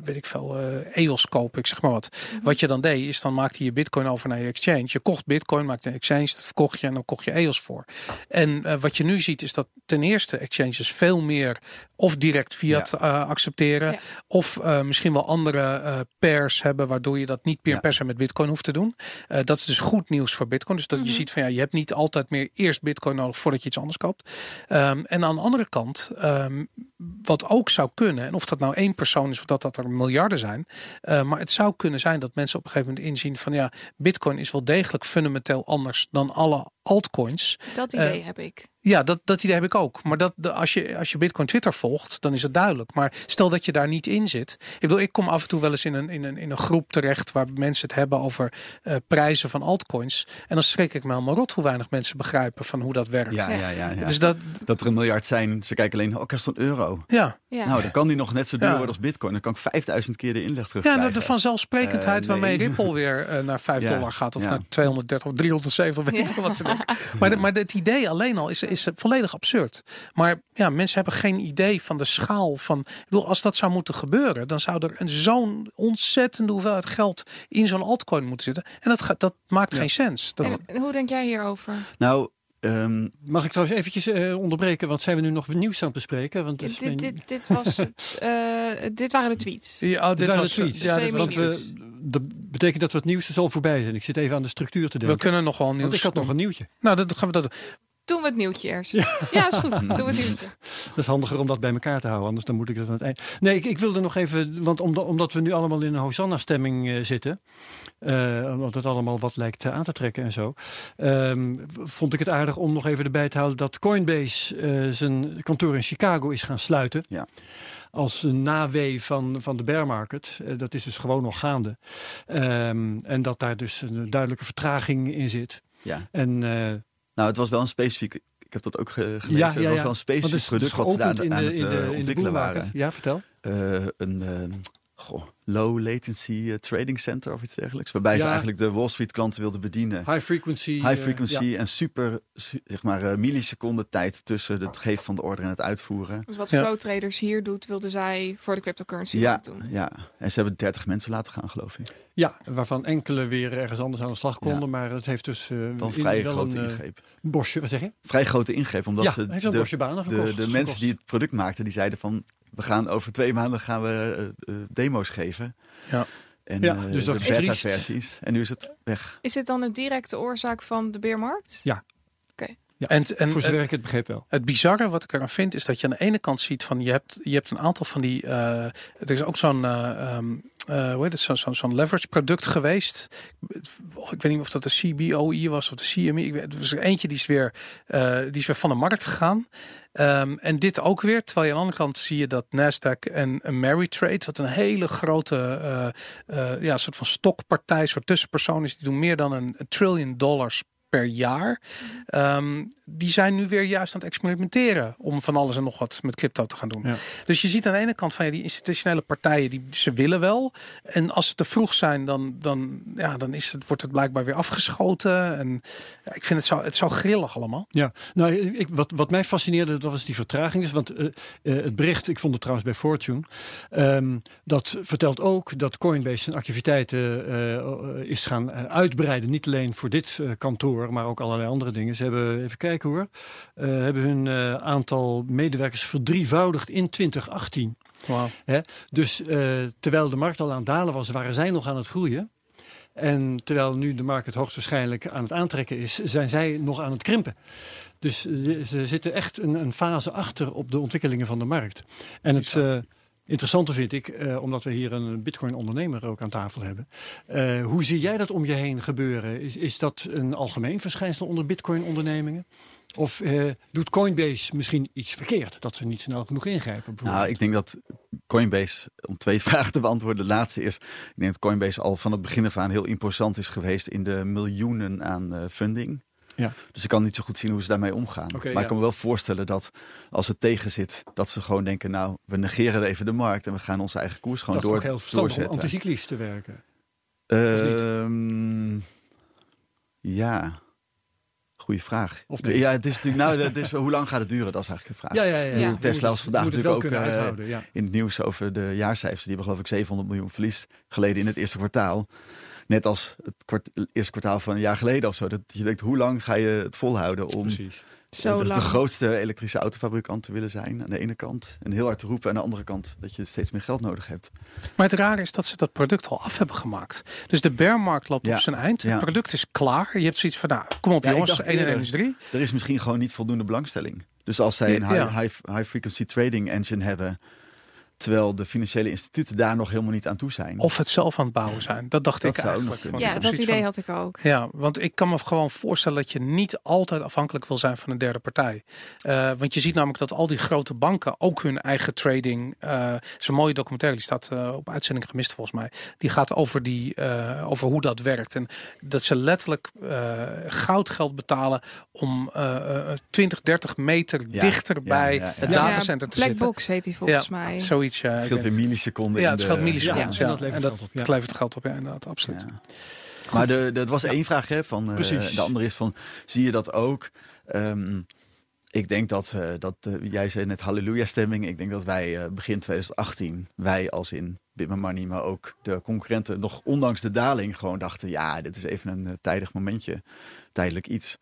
EOS kopen, ik zeg maar wat. Wat je dan deed, is dan maakte je Bitcoin over naar je exchange. Je kocht Bitcoin, maakte een exchange, dat verkocht je en dan kocht je EOS voor. En wat je nu ziet, is dat ten eerste exchanges veel meer of direct fiat accepteren, of misschien wel andere pairs hebben, waardoor je dat niet meer per se met Bitcoin hoeft te doen. Dat is dus goed nieuws voor Bitcoin. Dus dat je ziet van, je hebt niet altijd meer eerst Bitcoin nodig voordat je iets anders koopt. En aan de andere kant, wat ook zou kunnen, en of dat nou 1 persoon is of dat er miljarden zijn, maar het zou kunnen zijn dat mensen op een gegeven moment inzien van, Bitcoin is wel degelijk fundamenteel anders dan alle altcoins. Dat idee heb ik. Ja, dat idee heb ik ook. Maar als je Bitcoin Twitter volgt, dan is het duidelijk. Maar stel dat je daar niet in zit. Ik kom af en toe wel eens in een groep terecht waar mensen het hebben over prijzen van altcoins. En dan schrik ik me helemaal rot hoe weinig mensen begrijpen van hoe dat werkt. Ja. Dus dat er 1 miljard zijn, ze kijken alleen, kost €1. Ja. Nou, dan kan die nog net zo duur worden als Bitcoin. Dan kan ik 5000 keer de inleg terugkrijgen. Ja, de vanzelfsprekendheid waarmee Ripple weer naar $5 gaat. Of naar 230 of 370, weet ik veel wat ze denken. Maar het idee alleen al is volledig absurd. Maar mensen hebben geen idee van de schaal van. Als dat zou moeten gebeuren, dan zou er zo'n ontzettende hoeveelheid geld in zo'n altcoin moeten zitten. En dat maakt geen sens. En hoe denk jij hierover? Nou, Mag ik trouwens eventjes onderbreken? Want zijn we nu nog nieuws aan het bespreken? Want dit waren de tweets. Ja, dit waren de tweets. Dat betekent dat we het nieuws al voorbij zijn. Ik zit even aan de structuur te denken. We kunnen nog wel nieuws. Want ik had nog een nieuwtje. Nou, dat gaan we dat. Doen we het nieuwtje eerst. Ja, is goed. Doen we het nieuwtje. Dat is handiger om dat bij elkaar te houden. Anders dan moet ik dat aan het eind. Nee, ik wilde nog even... Want omdat we nu allemaal in een Hosanna-stemming zitten... omdat het allemaal wat lijkt aan te trekken en zo... vond ik het aardig om nog even erbij te houden... dat Coinbase zijn kantoor in Chicago is gaan sluiten. Ja. Als een nawee van de bear market. Dat is dus gewoon nog gaande. En dat daar dus een duidelijke vertraging in zit. Ja. En... nou, het was wel een specifiek... Ik heb dat ook gelezen. Ja. Het was wel een specifiek product wat ze daar aan het ontwikkelen waren. Ja, vertel. Een low latency trading center of iets dergelijks. Waarbij ze eigenlijk de Wall Street klanten wilden bedienen. High frequency en super, zeg maar, milliseconden tijd tussen het geven van de order en het uitvoeren. Dus wat Flow Traders hier doet, wilden zij voor de cryptocurrency doen. Ja, en ze hebben 30 mensen laten gaan, geloof ik. Ja, waarvan enkele weer ergens anders aan de slag konden. Ja. Maar het heeft dus wel een vrij grote ingreep. Bosje, wat zeg je? Vrij grote ingreep, omdat ze heeft een bosje banen verkocht. De mensen die het product maakten, die zeiden van... We gaan over 2 maanden gaan we demo's geven. Ja. En dus de beta-versies. En nu is het weg. Is het dan een directe oorzaak van de beermarkt? Ja. Oké. Ja, en voor zover ik het begreep wel. Het bizarre wat ik eraan vind is dat je aan de ene kant ziet van je hebt een aantal van die. Er is ook zo'n zo'n leverage product geweest. Ik weet niet of dat de CBOE was of de CME. Er was er eentje die is weer van de markt gegaan. En dit ook weer. Terwijl je aan de andere kant zie je dat Nasdaq en Ameritrade, wat een hele grote soort van stokpartij, soort tussenpersoon is, die doen meer dan $1 trillion per jaar. Die zijn nu weer juist aan het experimenteren om van alles en nog wat met crypto te gaan doen. Ja. Dus je ziet aan de ene kant van die institutionele partijen, ze willen wel. En als ze te vroeg zijn, dan wordt het blijkbaar weer afgeschoten. En ik vind het zo grillig allemaal. Ja, nou, wat mij fascineerde, dat was die vertraging. Dus, want het bericht, ik vond het trouwens bij Fortune, dat vertelt ook dat Coinbase zijn activiteiten is gaan uitbreiden. Niet alleen voor dit kantoor, maar ook allerlei andere dingen. Ze hebben, even kijken hoor, hebben hun aantal medewerkers verdrievoudigd in 2018. Wow. Dus terwijl de markt al aan het dalen was, waren zij nog aan het groeien. En terwijl nu de markt hoogstwaarschijnlijk aan het aantrekken is, zijn zij nog aan het krimpen. Dus ze zitten echt een fase achter op de ontwikkelingen van de markt. En het interessante vind ik, omdat we hier een Bitcoin-ondernemer ook aan tafel hebben. Hoe zie jij dat om je heen gebeuren? Is dat een algemeen verschijnsel onder Bitcoin-ondernemingen? Of doet Coinbase misschien iets verkeerd? Dat ze niet snel genoeg ingrijpen? Nou, ik denk dat Coinbase, om 2 vragen te beantwoorden. De laatste is, ik denk dat Coinbase al van het begin af aan heel imposant is geweest in de miljoenen aan funding. Ja. Dus ik kan niet zo goed zien hoe ze daarmee omgaan. Maar ik kan me wel voorstellen dat als het tegen zit, dat ze gewoon denken, nou, we negeren even de markt en we gaan onze eigen koers gewoon doorzetten. Dat is heel verstandig om anticyclisch te werken. Ja. Goeie vraag. Ja, het is natuurlijk, hoe lang gaat het duren? Dat is eigenlijk de vraag. Ja. Tesla was vandaag natuurlijk ook in het nieuws over de jaarcijfers. Die hebben geloof ik 700 miljoen verlies geleden in het eerste kwartaal. Net als het eerste kwartaal van een jaar geleden of zo. Dat je denkt, hoe lang ga je het volhouden om de grootste elektrische autofabrikant te willen zijn aan de ene kant. En heel hard te roepen aan de andere kant dat je steeds meer geld nodig hebt. Maar het rare is dat ze dat product al af hebben gemaakt. Dus de bearmarkt loopt op zijn eind. Het product is klaar. Je hebt zoiets van, nou, kom op jongens, 1 en 1 is 3. Er is misschien gewoon niet voldoende belangstelling. Dus als zij een high frequency trading engine hebben, terwijl de financiële instituten daar nog helemaal niet aan toe zijn. Of het zelf aan het bouwen zijn. Dat dacht ik eigenlijk. Ja, dat idee had ik ook. Ja, want ik kan me gewoon voorstellen dat je niet altijd afhankelijk wil zijn van een derde partij. Want je ziet namelijk dat al die grote banken ook hun eigen trading. Is een mooie documentaire, die staat op uitzending gemist volgens mij. Die gaat over hoe dat werkt. En dat ze letterlijk goudgeld betalen om 20, 30 meter dichter bij het datacenter te zitten. Blackbox heet die volgens mij. Zoiets. Het scheelt weer milliseconden. Ja, het scheelt milliseconden. En dat levert geld op. Het levert geld op, ja, inderdaad, absoluut. Ja. Maar dat was 1 vraag, hè? De andere is van, zie je dat ook? Ik denk dat jij zei net halleluja-stemming. Ik denk dat wij begin 2018, wij als in Bitmain Money, maar ook de concurrenten, nog ondanks de daling gewoon dachten, ja, dit is even een tijdig momentje, tijdelijk iets.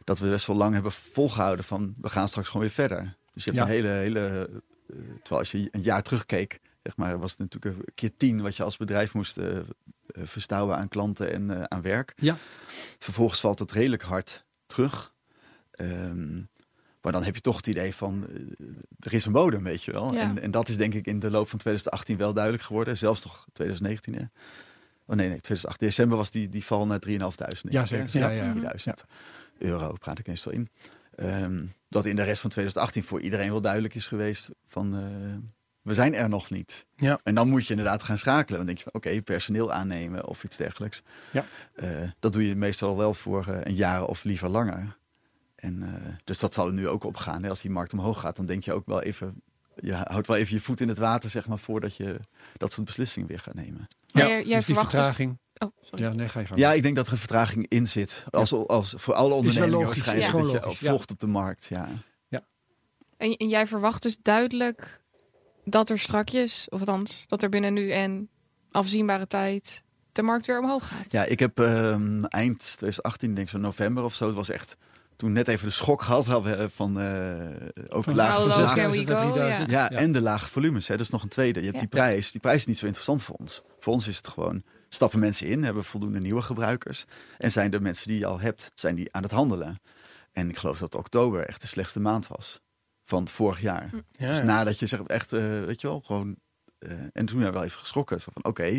dat we best wel lang hebben volgehouden van we gaan straks gewoon weer verder. Dus je hebt een hele terwijl als je een jaar terugkeek, zeg maar, was het natuurlijk een keer 10 wat je als bedrijf moest verstouwen aan klanten en aan werk. Ja. Vervolgens valt het redelijk hard terug. Maar dan heb je toch het idee van, er is een bodem, weet je wel. Ja. En dat is denk ik in de loop van 2018 wel duidelijk geworden. Zelfs toch 2019, hè? Oh nee, 2008. December was die val naar 3.500. Ja, zeker. 3.000 euro, praat ik meestal in. Dat in de rest van 2018 voor iedereen wel duidelijk is geweest van, we zijn er nog niet. Ja. En dan moet je inderdaad gaan schakelen. Dan denk je van, oké, personeel aannemen of iets dergelijks. Ja. Dat doe je meestal wel voor een jaar of liever langer. En dus dat zal er nu ook opgaan. Hè? Als die markt omhoog gaat, dan denk je ook wel even, je houdt wel even je voet in het water, zeg maar, voordat je dat soort beslissingen weer gaat nemen. Ja, Ja, jij dus die verwacht vertraging. Oh, sorry. Ja, nee, ga je gang. Ja, ik denk dat er een vertraging in zit. Als voor alle ondernemingen logisch. waarschijnlijk. Ja. Dat je Logisch, volgt op de markt. Ja. En jij verwacht dus duidelijk dat er strakjes, of althans, dat er binnen nu en afzienbare tijd de markt weer omhoog gaat. Ja, ik heb eind 2018, denk ik zo november of zo, het was echt toen net even de schok gehad hadden van over lage How low verslagen. can we go? 3000. Ja. Ja, en de lage volumes. Hè. Dat is nog een tweede. Je hebt die prijs. Die prijs is niet zo interessant voor ons. Voor ons is het gewoon, stappen mensen in, hebben voldoende nieuwe gebruikers. En zijn de mensen die je al hebt, zijn die aan het handelen. En ik geloof dat oktober echt de slechtste maand was van vorig jaar. Ja, Dus ja. nadat je zegt echt, weet je wel, gewoon... en toen hebben we wel even geschrokken. Van oké,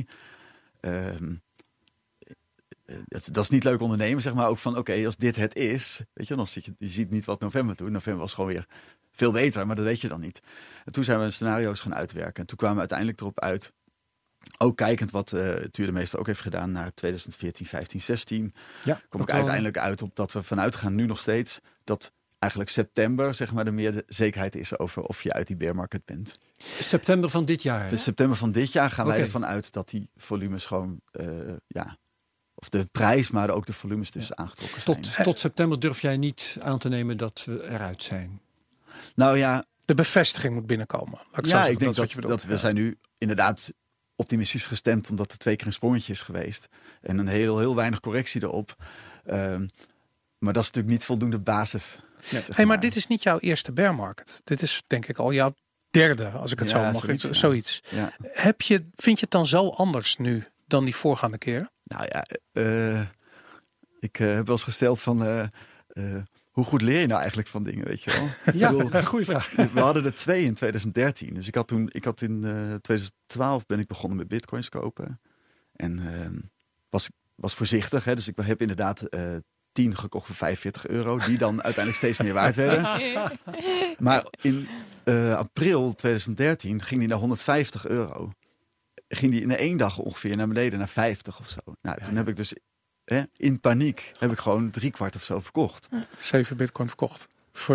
dat is niet leuk ondernemen, zeg maar. Ook van oké, als dit het is, weet je, dan zit je ziet niet wat november doet. November was gewoon weer veel beter, maar dat weet je dan niet. En toen zijn we scenario's gaan uitwerken. En toen kwamen we uiteindelijk erop uit, ook kijkend wat Tuur de Meester ook heeft gedaan naar 2014, 15, 16. Ja, Kom ik uiteindelijk uit op dat we vanuit gaan nu nog steeds dat eigenlijk september, zeg maar, de meer de zekerheid is over of je uit die bear market bent. September van dit jaar. Dus september van dit jaar gaan wij ervan uit dat die volumes gewoon, of de prijs, maar ook de volumes dus aangetrokken zijn. Tot september durf jij niet aan te nemen dat we eruit zijn. Nou ja, De bevestiging moet binnenkomen. ik denk dat we zijn nu inderdaad optimistisch gestemd, omdat er 2 keer een sprongetje is geweest. En een heel weinig correctie erop. Maar dat is natuurlijk niet voldoende basis. Hey, maar dit is niet jouw eerste bear market. Dit is denk ik al jouw derde, als ik het zo mag. Zoiets. Ja. Vind je het dan zo anders nu dan die voorgaande keren? Nou ja, ik heb wel eens gesteld van, hoe goed leer je nou eigenlijk van dingen, weet je wel? Ja, goede vraag. We hadden er 2 in 2013. Dus ik had in 2012 ben ik begonnen met bitcoins kopen. En was voorzichtig. Hè? Dus ik heb inderdaad 10 gekocht voor €45. Die dan uiteindelijk steeds meer waard werden. Maar in april 2013 ging die naar €150. Ging die in 1 dag ongeveer naar beneden naar 50 of zo. Nou, toen heb ik dus in paniek heb ik gewoon 3/4 of zo verkocht. 7 bitcoin verkocht.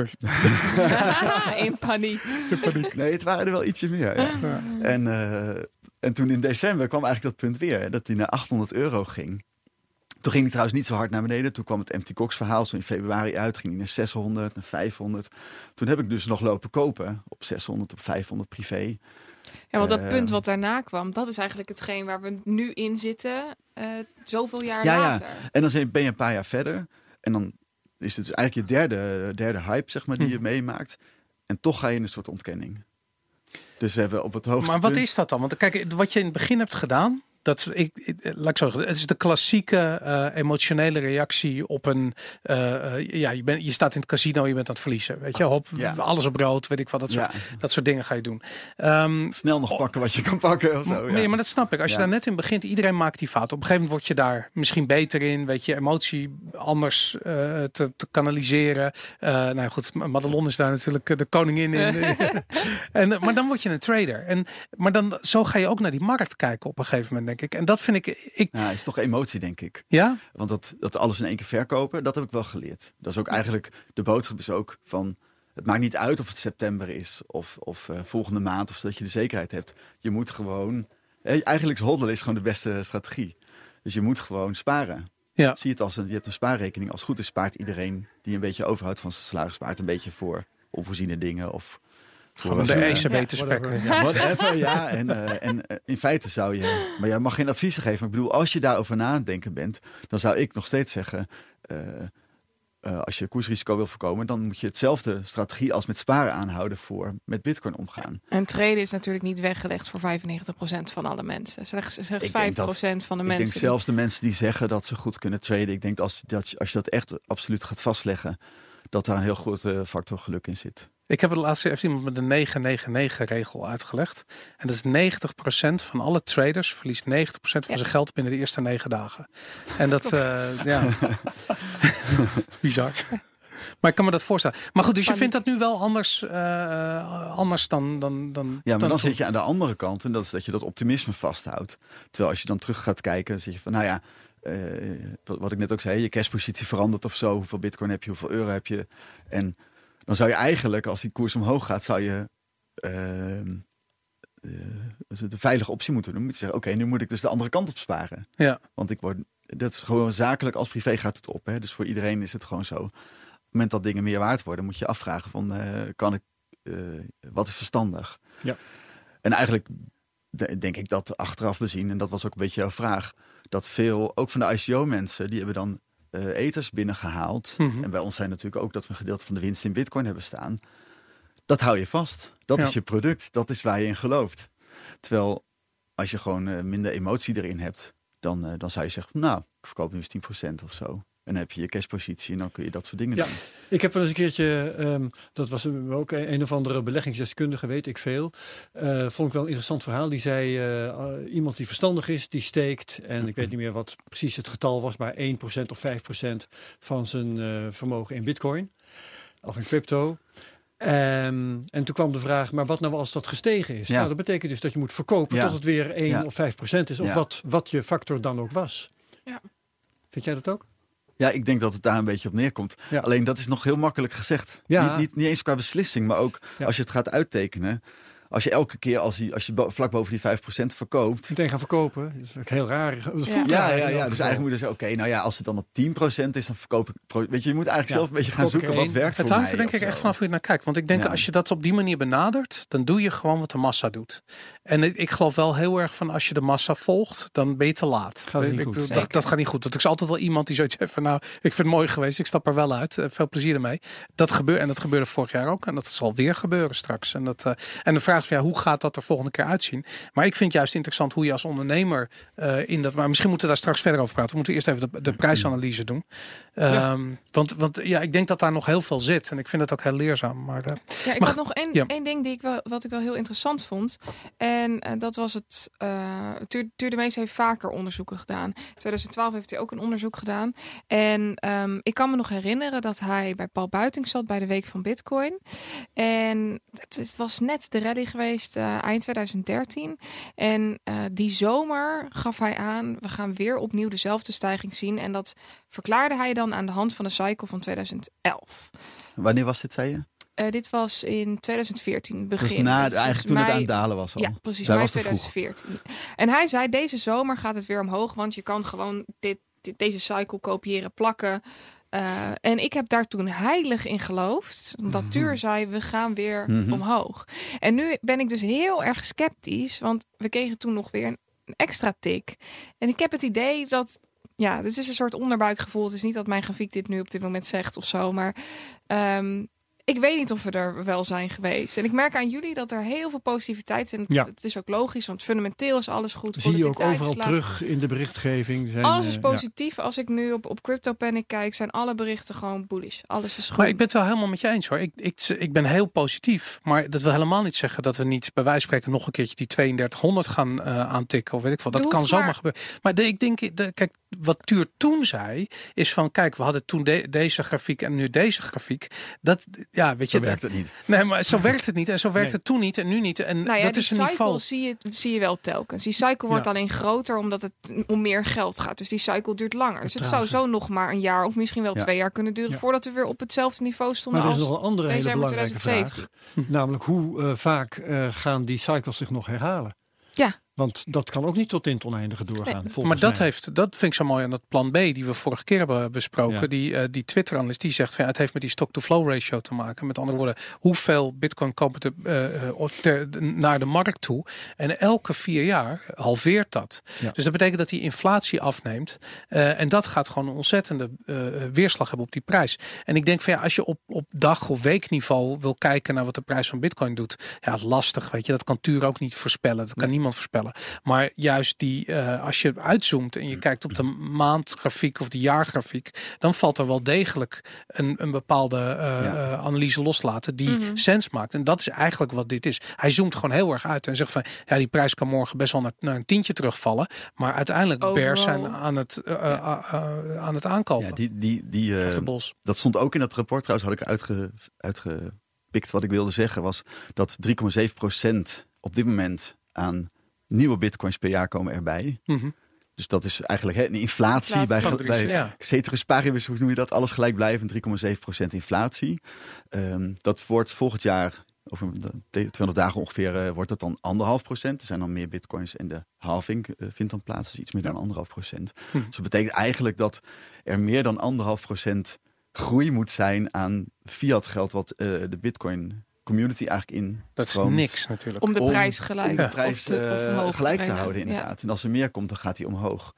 In paniek. Nee, het waren er wel ietsje meer. Ja. Ja. En toen in december kwam eigenlijk dat punt weer. Hè, dat die naar €800 ging. Toen ging hij trouwens niet zo hard naar beneden. Toen kwam het Mt. Gox verhaal zo in februari uit. Ging hij naar 600, naar 500. Toen heb ik dus nog lopen kopen. Op 600, op 500 privé. Ja, want dat punt wat daarna kwam, dat is eigenlijk hetgeen waar we nu in zitten. Zoveel jaar later. Ja. En dan ben je een paar jaar verder. En dan is het dus eigenlijk je derde hype, zeg maar, die je meemaakt. En toch ga je in een soort ontkenning. Dus we hebben op het hoogste Maar wat is dat dan? Want kijk, wat je in het begin hebt gedaan, laat ik zo zeggen, het is de klassieke emotionele reactie op een, je staat in het casino, je bent aan het verliezen, weet je, alles op rood, weet ik wat, dat soort dingen ga je doen. Snel nog pakken wat je kan pakken of zo. Nee, maar dat snap ik. Als je daar net in begint, iedereen maakt die fout. Op een gegeven moment word je daar misschien beter in, weet je, emotie anders te kanaliseren. Nou goed, Madelon is daar natuurlijk de koningin in. Maar dan word je een trader. Maar dan zo ga je ook naar die markt kijken op een gegeven moment, denk ik. En dat vind ik... Ja, is toch emotie, denk ik. Ja? Want dat alles in 1 keer verkopen, dat heb ik wel geleerd. Dat is ook eigenlijk, de boodschap is ook van, het maakt niet uit of het september is of volgende maand, of zodat je de zekerheid hebt. Je moet gewoon, eigenlijk is hodlen gewoon de beste strategie. Dus je moet gewoon sparen. Ja. Zie het als je hebt een spaarrekening. Als het goed is, spaart iedereen die een beetje overhoudt van zijn salaris, spaart een beetje voor onvoorziene dingen of... Gewoon de ECB te spekken. Whatever, ja. En in feite zou je... Maar jij mag geen adviezen geven. Maar ik bedoel, als je daarover nadenken bent, dan zou ik nog steeds zeggen... als je koersrisico wil voorkomen, dan moet je hetzelfde strategie als met sparen aanhouden voor met Bitcoin omgaan. En traden is natuurlijk niet weggelegd voor 95% van alle mensen. Slechts 5% van de mensen. Ik denk zelfs de mensen die zeggen dat ze goed kunnen traden. Ik denk als je dat echt absoluut gaat vastleggen, dat daar een heel grote factor geluk in zit. Ik heb het laatst heeft iemand met de 9-9-9-regel uitgelegd. En dat is 90% van alle traders verliest 90% van zijn geld binnen de eerste 9 dagen. En dat, het is bizar. Maar ik kan me dat voorstellen. Maar goed, dus je vindt dat nu wel anders dan... Ja, maar dan zit je aan de andere kant. En dat is dat je dat optimisme vasthoudt. Terwijl als je dan terug gaat kijken, zeg je van, nou ja, wat ik net ook zei, je cashpositie verandert of zo. Hoeveel bitcoin heb je, hoeveel euro heb je. En dan zou je eigenlijk, als die koers omhoog gaat, zou je de veilige optie moeten doen. Moet je zeggen, oké, nu moet ik dus de andere kant op sparen. Ja. Want dat is gewoon zakelijk als privé gaat het op. Hè? Dus voor iedereen is het gewoon zo. Op het moment dat dingen meer waard worden, moet je afvragen van, wat is verstandig? Ja. En eigenlijk denk ik dat achteraf bezien, en dat was ook een beetje jouw vraag, dat veel, ook van de ICO-mensen, die hebben dan ethers binnengehaald. Mm-hmm. En bij ons zijn natuurlijk ook dat we een gedeelte van de winst in Bitcoin hebben staan. Dat hou je vast. Dat is je product. Dat is waar je in gelooft. Terwijl als je gewoon minder emotie erin hebt, dan zou je zeggen, nou, ik verkoop nu eens 10% of zo. En dan heb je je cashpositie en dan kun je dat soort dingen doen. Ik heb wel eens een keertje, dat was ook een of andere beleggingsdeskundige, weet ik veel. Vond ik wel een interessant verhaal. Die zei, iemand die verstandig is, die steekt, en ik weet niet meer wat precies het getal was, maar 1% of 5% van zijn vermogen in Bitcoin. Of in crypto. En toen kwam de vraag, maar wat nou als dat gestegen is? Ja. Nou, dat betekent dus dat je moet verkopen tot het weer 1 of 5% is. Of wat je factor dan ook was. Ja. Vind jij dat ook? Ja, ik denk dat het daar een beetje op neerkomt. Ja. Alleen dat is nog heel makkelijk gezegd. Ja. Niet eens qua beslissing, maar ook als je het gaat uittekenen. Als je elke keer, als je vlak boven die 5% verkoopt. Meteen gaan verkopen. Dat is ook heel raar. Ja. Dus eigenlijk moet je zeggen, oké, nou ja, als het dan op 10% is, dan verkoop ik. Weet je, je moet eigenlijk zelf een beetje gaan zoeken wat werkt voor mij. Het hangt er denk ik echt vanaf hoe je naar kijkt. Want ik denk, als je dat op die manier benadert, dan doe je gewoon wat de massa doet. En ik geloof wel heel erg van, als je de massa volgt, dan ben je te laat. Dat gaat niet goed. Want ik is altijd wel iemand die zoiets heeft van, nou, ik vind het mooi geweest, ik stap er wel uit. Veel plezier ermee. Dat gebeurde vorig jaar ook. En dat zal weer gebeuren straks. En de vraag is, hoe gaat dat er volgende keer uitzien? Maar ik vind juist interessant hoe je als ondernemer maar misschien moeten we daar straks verder over praten. We moeten eerst even de prijsanalyse doen. Want ik denk dat daar nog heel veel zit. En ik vind het ook heel leerzaam. Ik had nog één ding wat ik wel heel interessant vond. En dat was het. Tuur de Mees heeft vaker onderzoeken gedaan. In 2012 heeft hij ook een onderzoek gedaan. En ik kan me nog herinneren dat hij bij Paul Buiting zat bij de Week van Bitcoin. En het was net de rally geweest eind 2013. En die zomer gaf hij aan, we gaan weer opnieuw dezelfde stijging zien. En dat verklaarde hij dan aan de hand van de cycle van 2011. Wanneer was dit, zei je? Dit was in 2014, begin. Dus eigenlijk toen het aan het dalen was al. Ja, precies, mei 2014. En hij zei, deze zomer gaat het weer omhoog, want je kan gewoon deze cycle kopiëren, plakken. En ik heb daar toen heilig in geloofd. Dat Tuur zei, we gaan weer omhoog. En nu ben ik dus heel erg sceptisch. Want we kregen toen nog weer een extra tik. En ik heb het idee dat... Ja, dit is een soort onderbuikgevoel. Het is niet dat mijn grafiek dit nu op dit moment zegt of zo. Maar ik weet niet of we er wel zijn geweest. En ik merk aan jullie dat er heel veel positiviteit is. En het is ook logisch, want fundamenteel is alles goed. Zie je ook overal terug in de berichtgeving. Alles is positief. Als ik nu op CryptoPanic kijk, zijn alle berichten gewoon bullish. Alles is goed. Maar ik ben het wel helemaal met je eens hoor. Ik ben heel positief. Maar dat wil helemaal niet zeggen dat we niet bij wijze van spreken nog een keertje die 3200 gaan aantikken. Of weet ik veel. Dat kan zomaar gebeuren. Maar ik denk, kijk, wat Tuur toen zei, is van kijk, we hadden toen deze grafiek en nu deze grafiek. Weet je, zo werkt het niet. Nee, maar zo werkt het niet. En zo werkt het toen niet en nu niet. En dat is een niveau. Zie je wel telkens. Die cycle wordt alleen groter omdat het om meer geld gaat. Dus die cycle duurt langer. Dus het zou zo nog maar een jaar of misschien wel 2 jaar kunnen duren voordat we weer op hetzelfde niveau stonden. Maar er is nog een andere hele deze belangrijke vraag. Namelijk hoe vaak gaan die cycles zich nog herhalen? Ja. Want dat kan ook niet tot in het oneindige doorgaan. Nee. Maar dat vind ik zo mooi aan dat plan B die we vorige keer hebben besproken. Ja. Die Twitter-analyst die zegt van het heeft met die stock-to-flow ratio te maken. Met andere woorden, hoeveel bitcoin kopen naar de markt toe. En elke 4 jaar halveert dat. Ja. Dus dat betekent dat die inflatie afneemt. En dat gaat gewoon een ontzettende weerslag hebben op die prijs. En ik denk van als je op dag- of weekniveau wil kijken naar wat de prijs van bitcoin doet. Ja, lastig, weet je. Dat kan Tuur ook niet voorspellen. Dat kan niemand voorspellen. Maar juist als je uitzoomt en je kijkt op de maandgrafiek of de jaargrafiek, dan valt er wel degelijk een bepaalde analyse loslaten die sens maakt. En dat is eigenlijk wat dit is. Hij zoomt gewoon heel erg uit en zegt van die prijs kan morgen best wel naar een tientje terugvallen. Maar uiteindelijk bears zijn aan het aankopen. Ja, dat stond ook in dat rapport trouwens, had ik uitgepikt wat ik wilde zeggen, was dat 3,7% op dit moment aan nieuwe bitcoins per jaar komen erbij. Mm-hmm. Dus dat is eigenlijk een inflatie bij ceteris paribus, hoe noem je dat? Alles gelijk blijven, 3,7% inflatie. Dat wordt volgend jaar, over 200 dagen ongeveer, wordt dat dan 1,5%. Er zijn dan meer bitcoins en de halving vindt dan plaats. Dus iets meer dan 1,5%. Dus dat betekent eigenlijk dat er meer dan 1,5% groei moet zijn aan fiat geld wat de bitcoin community eigenlijk in. Dat is niks natuurlijk. Om de prijs gelijk, gelijk te houden inderdaad. Ja. En als er meer komt, dan gaat hij omhoog.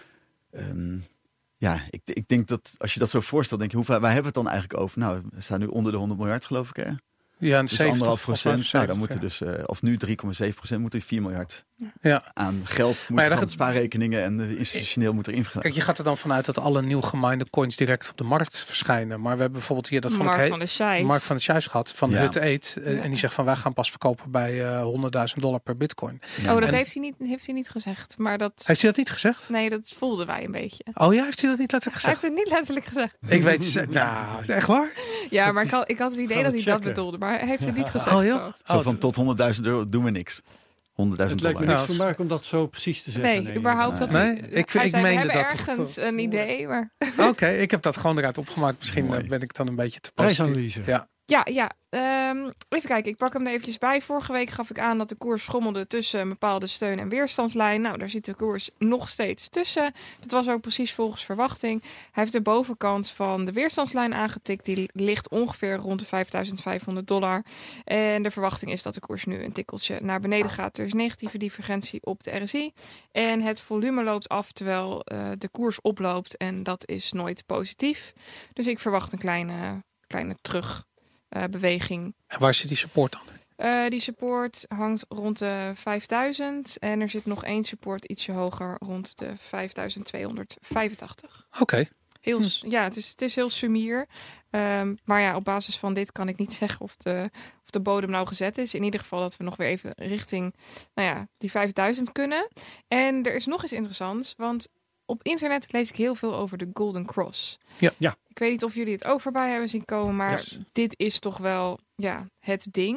Ik denk dat als je dat zo voorstelt, denk je, wij hebben het dan eigenlijk over? Nou, we staan nu onder de 100 miljard geloof ik, hè? Ja, en dus 70%. Nou, dan moeten dus, of nu 3,7%, moet er 4 miljard aan geld van spaarrekeningen en institutioneel moet er ingaan. Kijk, je gaat er dan vanuit dat alle nieuw geminde coins direct op de markt verschijnen. Maar we hebben bijvoorbeeld hier dat Mark van der Scheijs gehad van Hut Eet. En die zegt van wij gaan pas verkopen bij $100.000 per bitcoin. Ja. Dat heeft hij niet gezegd. Maar dat... Heeft hij dat niet gezegd? Nee, dat voelden wij een beetje. Oh ja, heeft hij dat niet letterlijk gezegd? Hij heeft het niet letterlijk gezegd. Ik weet, nou, is het echt waar? Ja, maar ik had het idee dat hij dat bedoelde. Maar hij heeft het niet gezegd. Zo van tot $100.000 doen we niks. $100.000. Het lijkt me niks voor Mark om dat zo precies te zeggen. Nee, überhaupt dat. Nee, ik meende dat ergens een idee, maar. Oké, ik heb dat gewoon eruit opgemaakt. Misschien ben ik dan een beetje te positief. Prijsanalyse. Ja. Even kijken, ik pak hem er eventjes bij. Vorige week gaf ik aan dat de koers schommelde tussen een bepaalde steun- en weerstandslijn. Nou, daar zit de koers nog steeds tussen. Dat was ook precies volgens verwachting. Hij heeft de bovenkant van de weerstandslijn aangetikt. Die ligt ongeveer rond de $5.500. En de verwachting is dat de koers nu een tikkeltje naar beneden gaat. Er is negatieve divergentie op de RSI. En het volume loopt af terwijl de koers oploopt. En dat is nooit positief. Dus ik verwacht een kleine terugbeweging. En waar zit die support dan? Die support hangt rond de 5.000 en er zit nog één support ietsje hoger rond de 5.285. Oké. Ja, het is heel sumier. Maar ja, op basis van dit kan ik niet zeggen of de bodem nou gezet is. In ieder geval dat we nog weer even richting die 5.000 kunnen. En er is nog iets interessants, want op internet lees ik heel veel over de Golden Cross. Ja. Ik weet niet of jullie het ook voorbij hebben zien komen, maar dit is toch wel het ding.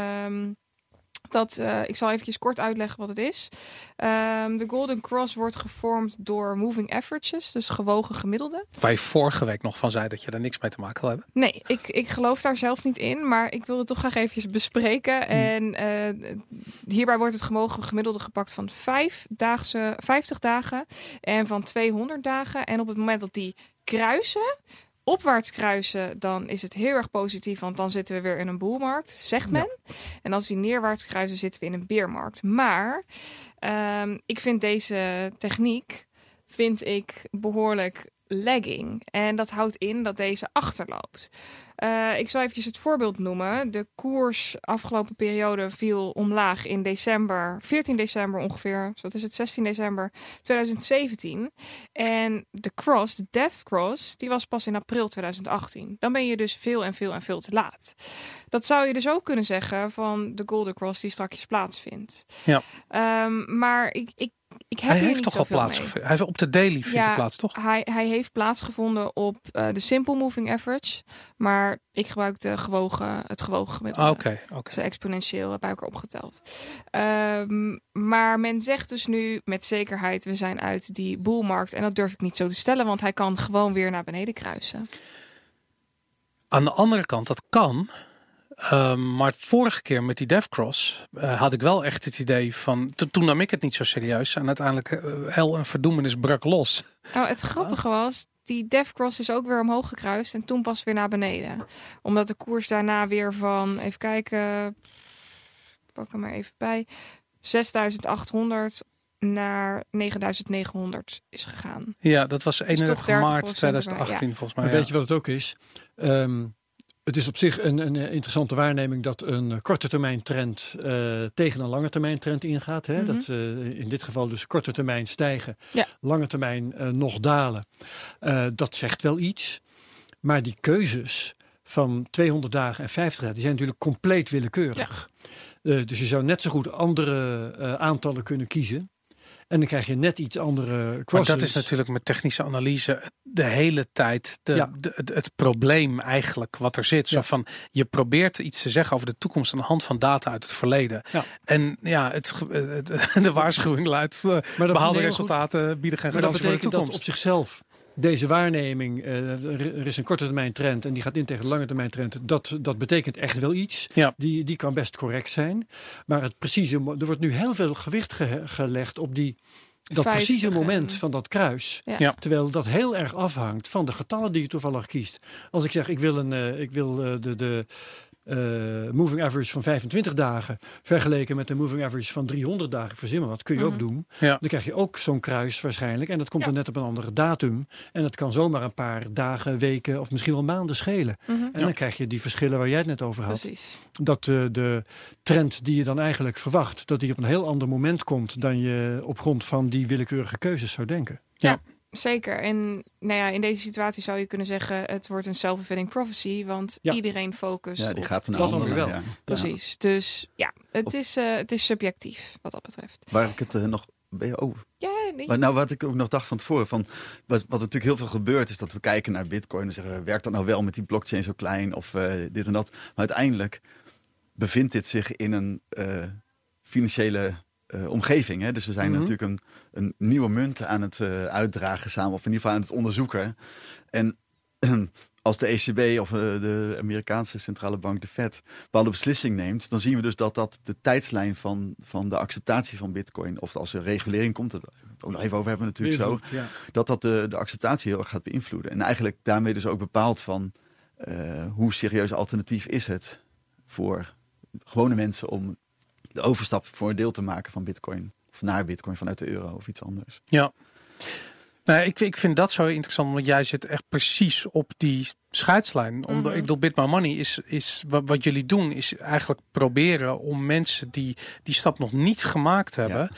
Ik zal eventjes kort uitleggen wat het is. De Golden Cross wordt gevormd door moving averages, dus gewogen gemiddelden. Waar je vorige week nog van zei dat je daar niks mee te maken wil hebben. Nee, ik geloof daar zelf niet in, maar ik wil het toch graag eventjes bespreken. En hierbij wordt het gewogen gemiddelde gepakt van 50 dagen en van 200 dagen. En op het moment dat die opwaarts kruisen, dan is het heel erg positief, want dan zitten we weer in een boelmarkt, zegt men. Ja. En als die neerwaarts kruisen, zitten we in een beermarkt. Maar ik vind deze techniek behoorlijk lagging. En dat houdt in dat deze achterloopt. Ik zal eventjes het voorbeeld noemen. De koers afgelopen periode viel omlaag in 14 december ongeveer. Zo, wat is het? 16 december 2017. En de Death Cross, die was pas in april 2018. Dan ben je dus veel te laat. Dat zou je dus ook kunnen zeggen van de Golden Cross die straks plaatsvindt. Ja. Maar hij heeft toch al plaatsgevonden. Hij heeft op de daily vindt hij plaats, toch? Hij heeft plaatsgevonden op de simple moving average, maar ik gebruik het gewogen gemiddelde. Oké. Dus exponentieel heb ik erop geteld. Maar men zegt dus nu met zekerheid, we zijn uit die boelmarkt. En dat durf ik niet zo te stellen, want hij kan gewoon weer naar beneden kruisen. Aan de andere kant, dat kan. Maar vorige keer met die DevCross had ik wel echt het idee van... Toen nam ik het niet zo serieus. En uiteindelijk hel en verdoemenis brak los. Nou, het grappige was, die DevCross is ook weer omhoog gekruist. En toen pas weer naar beneden. Omdat de koers daarna weer van, even kijken... pak er maar even bij... 6.800 naar 9.900 is gegaan. Ja, dat was 31 maart 2018 volgens mij. Maar weet je wat het ook is? Het is op zich een interessante waarneming dat een korte termijn trend tegen een lange termijn trend ingaat. Hè? Mm-hmm. Dat in dit geval dus korte termijn stijgen, lange termijn nog dalen. Dat zegt wel iets. Maar die keuzes van 200 dagen en 50 dagen, die zijn natuurlijk compleet willekeurig. Ja. Dus je zou net zo goed andere aantallen kunnen kiezen. En dan krijg je net iets andere crosses. Maar dat is natuurlijk met technische analyse de hele tijd het probleem eigenlijk wat er zit. Zo van, je probeert iets te zeggen over de toekomst aan de hand van data uit het verleden. Ja. En ja, de waarschuwing luidt, behaalde resultaten bieden geen garantie voor de toekomst. Dat op zichzelf deze waarneming, er is een korte termijn trend en die gaat in tegen de lange termijn trend. Dat betekent echt wel iets. Ja. Die kan best correct zijn. Maar er wordt nu heel veel gewicht gelegd op dat precieze moment van dat kruis. Ja. Terwijl dat heel erg afhangt van de getallen die je toevallig kiest. Als ik zeg, ik wil de moving average van 25 dagen vergeleken met de moving average van 300 dagen. Verzin maar wat, kun je ook doen. Ja. Dan krijg je ook zo'n kruis waarschijnlijk. En dat komt er net op een andere datum. En dat kan zomaar een paar dagen, weken of misschien wel maanden schelen. En dan krijg je die verschillen waar jij het net over had. Precies. Dat de trend die je dan eigenlijk verwacht, dat die op een heel ander moment komt dan je op grond van die willekeurige keuzes zou denken. Ja. Zeker. En in deze situatie zou je kunnen zeggen, het wordt een self-fulfilling prophecy, want iedereen focust die gaat dat dan weer wel. Ja. Precies. Dus het is subjectief wat dat betreft. Waar ik het nog ben je over? Ja, nee. Maar wat ik ook nog dacht van tevoren, wat natuurlijk heel veel gebeurt, is dat we kijken naar Bitcoin en zeggen, werkt dat nou wel met die blockchain zo klein of dit en dat. Maar uiteindelijk bevindt dit zich in een financiële omgeving. Hè? Dus we zijn natuurlijk een nieuwe munt aan het uitdragen samen, of in ieder geval aan het onderzoeken. En als de ECB of de Amerikaanse centrale bank, de Fed, bepaalde beslissing neemt, dan zien we dus dat de tijdslijn van de acceptatie van Bitcoin, of als er regulering komt, dat we het ook nog even over hebben natuurlijk dat de acceptatie heel erg gaat beïnvloeden. En eigenlijk daarmee dus ook bepaalt van hoe serieus alternatief is het voor gewone mensen om de overstap voor een deel te maken van Bitcoin of naar Bitcoin vanuit de euro of iets anders. Ja. Nou, ik vind dat zo interessant, want jij zit echt precies op die scheidslijn. Ik bedoel, Bit My Money is wat jullie doen, is eigenlijk proberen om mensen die stap nog niet gemaakt hebben,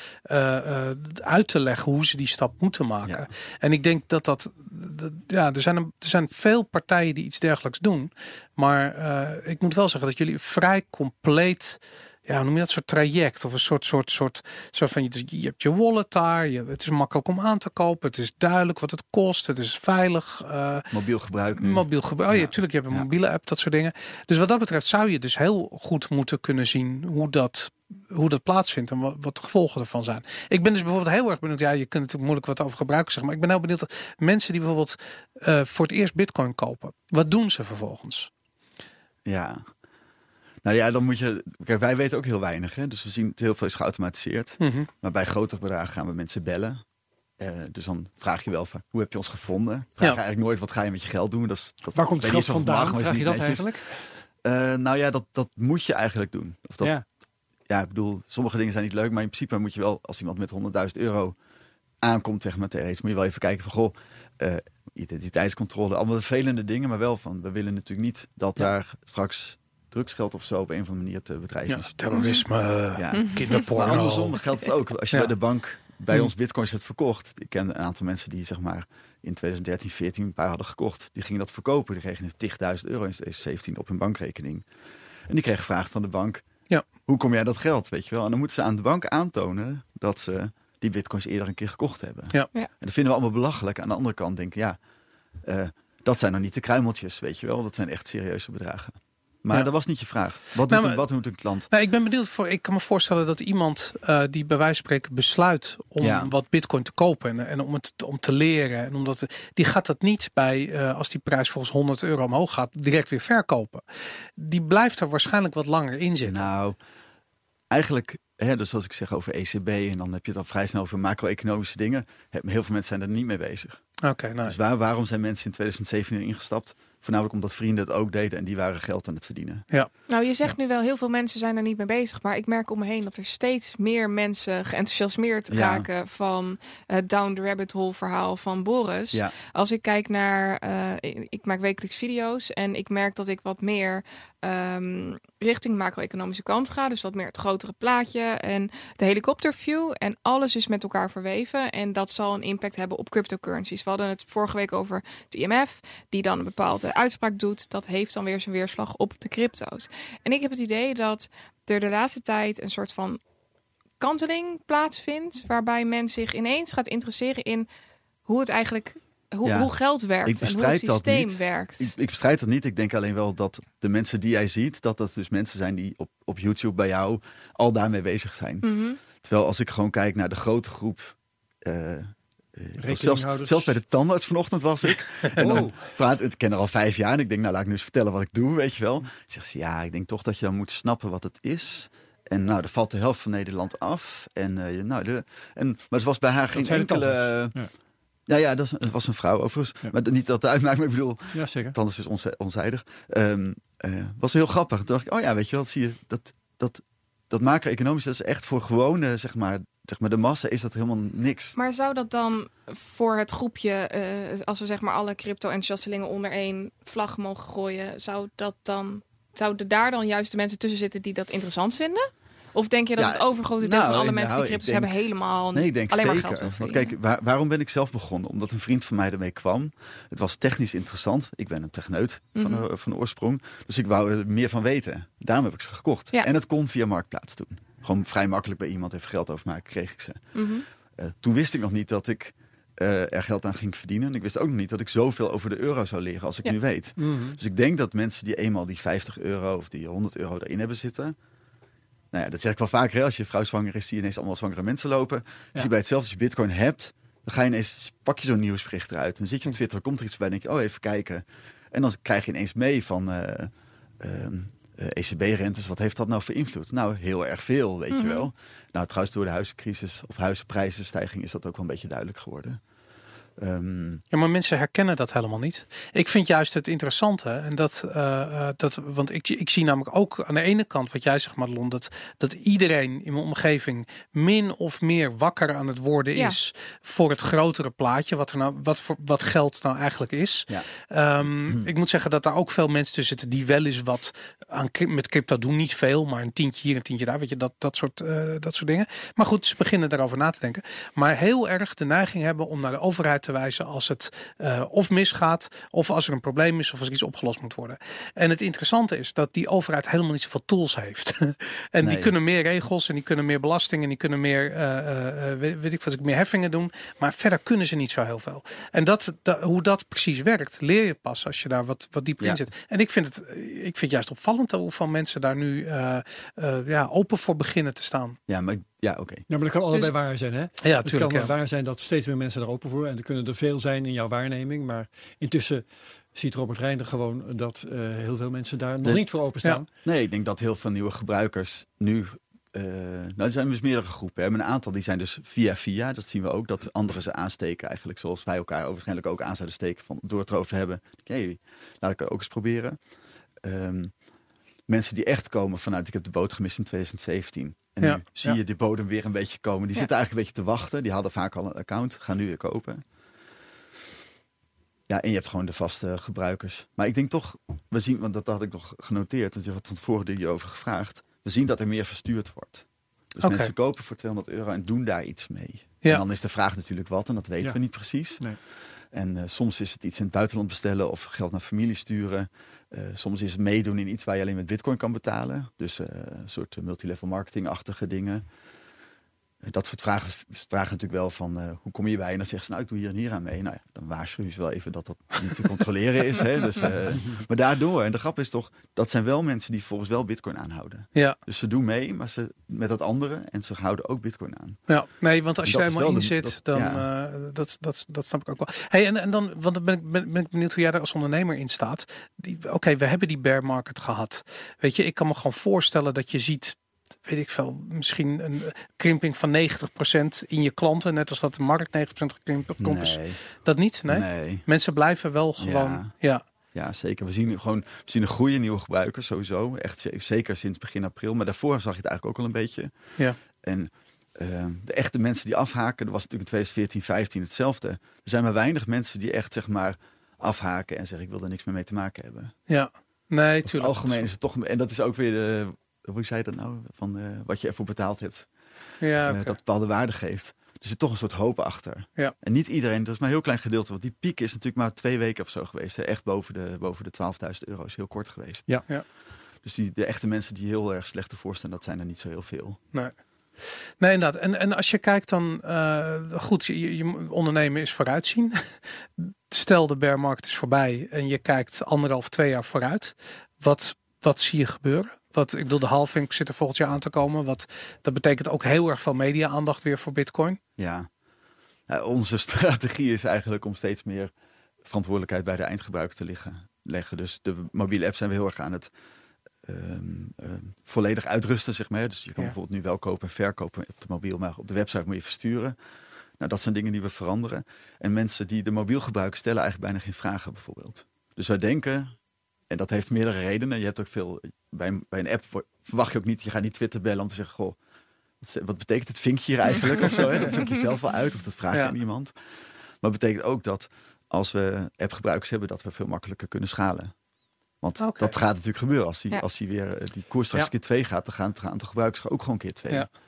uit te leggen hoe ze die stap moeten maken. Ja. En ik denk er zijn veel partijen die iets dergelijks doen, maar ik moet wel zeggen dat jullie vrij compleet, hoe noem je dat, soort traject of een soort van je hebt je wallet daar, het is makkelijk om aan te kopen, het is duidelijk wat het kost, het is veilig. Mobiel gebruik nu. Tuurlijk, je hebt een mobiele app, dat soort dingen. Dus wat dat betreft zou je dus heel goed moeten kunnen zien hoe dat plaatsvindt en wat de gevolgen ervan zijn. Ik ben dus bijvoorbeeld heel erg benieuwd, je kunt natuurlijk moeilijk wat over gebruiken zeggen, maar ik ben heel benieuwd, mensen die bijvoorbeeld voor het eerst Bitcoin kopen, wat doen ze vervolgens? Ja. Nou ja, dan moet je... Kijk, wij weten ook heel weinig. Hè? Dus we zien het heel veel is geautomatiseerd. Maar bij grotere bedragen gaan we mensen bellen. Dus dan vraag je wel van, hoe heb je ons gevonden? Vraag eigenlijk nooit, wat ga je met je geld doen? Waar komt het geld vandaan? Vraag je dat eigenlijk? Dat moet je eigenlijk doen. Ik bedoel, sommige dingen zijn niet leuk. Maar in principe moet je wel, als iemand met €100.000 aankomt, zeg maar, ter iets, moet je wel even kijken van, identiteitscontrole. Allemaal vervelende dingen, maar wel van, we willen natuurlijk niet dat daar straks drugsgeld of zo op een of andere manier te bedrijven is. Terrorisme, kinderporno. Maar andersom geldt het ook. Als je bij de bank bij ons bitcoins hebt verkocht. Ik ken een aantal mensen die zeg maar in 2013, 14 een paar hadden gekocht. Die gingen dat verkopen. Die kregen €10.000 in 2017 op hun bankrekening. En die kregen vragen van de bank. Hoe kom jij dat geld? Weet je wel? En dan moeten ze aan de bank aantonen dat ze die bitcoins eerder een keer gekocht hebben. En dat vinden we allemaal belachelijk. Aan de andere kant denk ik, dat zijn nog niet de kruimeltjes, weet je wel. Dat zijn echt serieuze bedragen. Maar dat was niet je vraag. Wat doet een klant? Nou, ik ben benieuwd. Ik kan me voorstellen dat iemand die bij wijze van spreken besluit om wat bitcoin te kopen en om te leren. En die gaat dat niet bij, als die prijs volgens €100 omhoog gaat, direct weer verkopen. Die blijft er waarschijnlijk wat langer in zitten. Nou, eigenlijk, dus als ik zeg over ECB en dan heb je het al vrij snel over macro-economische dingen. Heel veel mensen zijn er niet mee bezig. Okay, nice. Dus waarom zijn mensen in 2017 ingestapt? Voornamelijk omdat vrienden het ook deden en die waren geld aan het verdienen. Ja. Nou, je zegt nu wel, heel veel mensen zijn er niet mee bezig. Maar ik merk om me heen dat er steeds meer mensen geenthousiasmeerd raken van het Down the Rabbit Hole verhaal van Boris. Ja. Als ik kijk naar, ik maak wekelijks video's en ik merk dat ik wat meer richting macro-economische kant ga. Dus wat meer het grotere plaatje en de helikopterview. En alles is met elkaar verweven. En dat zal een impact hebben op cryptocurrencies. We hadden het vorige week over het IMF, die dan een bepaalde uitspraak doet. Dat heeft dan weer zijn weerslag op de crypto's. En ik heb het idee dat er de laatste tijd een soort van kanteling plaatsvindt, waarbij men zich ineens gaat interesseren in hoe het eigenlijk hoe geld werkt en hoe het systeem werkt. Ik bestrijd dat niet. Ik denk alleen wel dat de mensen die jij ziet, dat dus mensen zijn die op YouTube bij jou al daarmee bezig zijn. Mm-hmm. Terwijl als ik gewoon kijk naar de grote groep, zelfs bij de tandarts vanochtend was ik. En dan ik ken er al 5 jaar en ik denk, nou laat ik nu eens vertellen wat ik doe, weet je wel. Zegt ze, ja, ik denk toch dat je dan moet snappen wat het is. En nou, er valt de helft van Nederland af. Maar het was bij haar geen enkele. Ja, dat was een vrouw overigens. Ja. Maar niet dat het uitmaakt, maar ik bedoel, ja, zeker. Tandarts is onzijdig. Was heel grappig. Toen dacht ik, oh ja, weet je wel, zie je dat macro-economisch, dat is echt voor gewone, zeg maar de massa is dat helemaal niks. Maar zou dat dan voor het groepje, als we zeg maar alle crypto-enthousiastelingen onder één vlag mogen gooien, zouden daar dan juist de mensen tussen zitten die dat interessant vinden? Of denk je dat het overgrote deel van alle mensen die crypto's hebben helemaal alleen maar geld over? Want kijk, waarom ben ik zelf begonnen? Omdat een vriend van mij ermee kwam. Het was technisch interessant. Ik ben een techneut van oorsprong. Dus ik wou er meer van weten. Daarom heb ik ze gekocht. Ja. En het kon via Marktplaats doen. Gewoon vrij makkelijk bij iemand even geld overmaken, kreeg ik ze. Mm-hmm. Toen wist ik nog niet dat ik er geld aan ging verdienen. En ik wist ook nog niet dat ik zoveel over de euro zou leren als ik nu weet. Mm-hmm. Dus ik denk dat mensen die eenmaal die €50 of die €100 erin hebben zitten. Nou ja, dat zeg ik wel vaker. Als je vrouw zwanger is, zie je ineens allemaal zwangere mensen lopen. Zie je bij hetzelfde, als je bitcoin hebt, dan ga je ineens, pak je zo'n nieuwsbericht eruit. En dan zit je op Twitter, komt er iets bij, denk je, even kijken. En dan krijg je ineens mee van ECB-rentes. Wat heeft dat nou voor invloed? Nou, heel erg veel, weet je wel. Nou, trouwens, door de huizencrisis of huizenprijzenstijging is dat ook wel een beetje duidelijk geworden. Ja, maar mensen herkennen dat helemaal niet. Ik vind juist het interessante en want ik zie namelijk ook aan de ene kant wat jij zegt, Madelon, dat iedereen in mijn omgeving min of meer wakker aan het worden is voor het grotere plaatje, wat geld nou eigenlijk is. Ja. Ik moet zeggen dat daar ook veel mensen tussen zitten die wel eens wat met crypto doen, niet veel, maar een tientje hier, een tientje daar, weet je, dat soort dingen. Maar goed, ze beginnen daarover na te denken. Maar heel erg de neiging hebben om naar de overheid te wijzen als het of misgaat, of als er een probleem is, of als er iets opgelost moet worden. En het interessante is dat die overheid helemaal niet zoveel tools heeft. En die kunnen meer regels en die kunnen meer belastingen en die kunnen meer, meer heffingen doen. Maar verder kunnen ze niet zo heel veel. En hoe dat precies werkt, leer je pas als je daar wat dieper in zit. En ik vind het juist opvallend hoeveel mensen daar nu open voor beginnen te staan. Ja, maar oké. Ja, maar dat kan allebei waar zijn, hè? Ja, het kan waar zijn dat steeds meer mensen er open voor. En er kunnen er veel zijn in jouw waarneming. Maar intussen ziet Robert Reinder gewoon dat heel veel mensen daar nog niet voor openstaan. Ja. Nee, ik denk dat heel veel nieuwe gebruikers nu. Er zijn dus meerdere groepen. Hè. Een aantal die zijn dus via. Dat zien we ook. Dat anderen ze aansteken eigenlijk. Zoals wij elkaar waarschijnlijk ook aan zouden steken. Door het erover hebben. Laat ik het ook eens proberen. Mensen die echt komen vanuit ik heb de boot gemist in 2017. En nu zie je de bodem weer een beetje komen. Die zitten eigenlijk een beetje te wachten. Die hadden vaak al een account. Gaan nu weer kopen. Ja, en je hebt gewoon de vaste gebruikers. Maar ik denk toch, we zien, want dat had ik nog genoteerd. Want je had van tevoren hierover gevraagd. We zien dat er meer verstuurd wordt. Dus mensen kopen voor €200 en doen daar iets mee. Ja. En dan is de vraag natuurlijk wat. En dat weten we niet precies. Nee. En soms is het iets in het buitenland bestellen of geld naar familie sturen. Soms is het meedoen in iets waar je alleen met bitcoin kan betalen. Dus een soort multilevel marketing-achtige dingen. dat soort vragen natuurlijk wel van hoe kom je bij? En dan zeggen ze, nou, ik doe hier en hier aan mee. Nou ja, dan waarschuw je wel even dat dat niet te controleren is. Hè? Dus, maar daardoor, en de grap is toch, dat zijn wel mensen die volgens wel Bitcoin aanhouden. Ja. Dus ze doen mee, maar ze met dat andere en ze houden ook Bitcoin aan. Ja, nee, want als je er helemaal in zit, dan dat snap ik ook wel. Hey, en dan, want dan ben ik benieuwd hoe jij er als ondernemer in staat. Oké, we hebben die bear market gehad. Weet je, ik kan me gewoon voorstellen dat je ziet, weet ik veel, misschien een krimping van 90% in je klanten, net als dat de markt 90% gekrimpt is. Nee. Dat niet? Nee? Mensen blijven wel gewoon. Ja, zeker. We zien een groei in nieuwe gebruikers sowieso. Echt zeker sinds begin april. Maar daarvoor zag je het eigenlijk ook al een beetje. Ja. En de echte mensen die afhaken, dat was natuurlijk in 2014, 2015 hetzelfde. Er zijn maar weinig mensen die echt zeg maar afhaken en zeggen ik wil er niks meer mee te maken hebben. Ja, nee, tuurlijk. Het algemeen is het toch, en dat is ook weer hoe zei je dat nou? Van wat je ervoor betaald hebt. Ja, okay. Dat bepaalde waarde geeft. Er zit toch een soort hoop achter. Ja. En niet iedereen, dat is maar een heel klein gedeelte. Want die piek is natuurlijk maar 2 weken of zo geweest. Hè? Echt boven de €12.000 is heel kort geweest. Ja. Dus de echte mensen die heel erg slecht ervoor staan, dat zijn er niet zo heel veel. Nee, inderdaad. En als je kijkt dan, goed, je ondernemen is vooruitzien. Stel de bear market is voorbij en je kijkt 1,5, 2 jaar vooruit. Wat zie je gebeuren? Ik bedoel, de halving zit er volgend jaar aan te komen. Dat betekent ook heel erg veel media-aandacht weer voor Bitcoin. Ja. Onze strategie is eigenlijk om steeds meer verantwoordelijkheid bij de eindgebruiker te leggen. Dus de mobiele apps zijn we heel erg aan het volledig uitrusten, zeg maar. Dus je kan bijvoorbeeld nu wel kopen en verkopen op de mobiel, maar op de website moet je versturen. Nou, dat zijn dingen die we veranderen. En mensen die de mobiel gebruiken stellen eigenlijk bijna geen vragen bijvoorbeeld. Dus wij denken, en dat heeft meerdere redenen. Je hebt ook veel, bij een app verwacht je ook niet, je gaat niet Twitter bellen om te zeggen, goh, wat betekent het vinkje hier eigenlijk of zo? Hè? Dat zoek je zelf wel uit of dat vraag je aan iemand. Maar het betekent ook dat als we appgebruikers hebben, dat we veel makkelijker kunnen schalen. Want dat gaat natuurlijk gebeuren. Als die weer die koers straks keer 2 gaat, dan gaan het aantal gebruikers ook gewoon keer 2. Ja.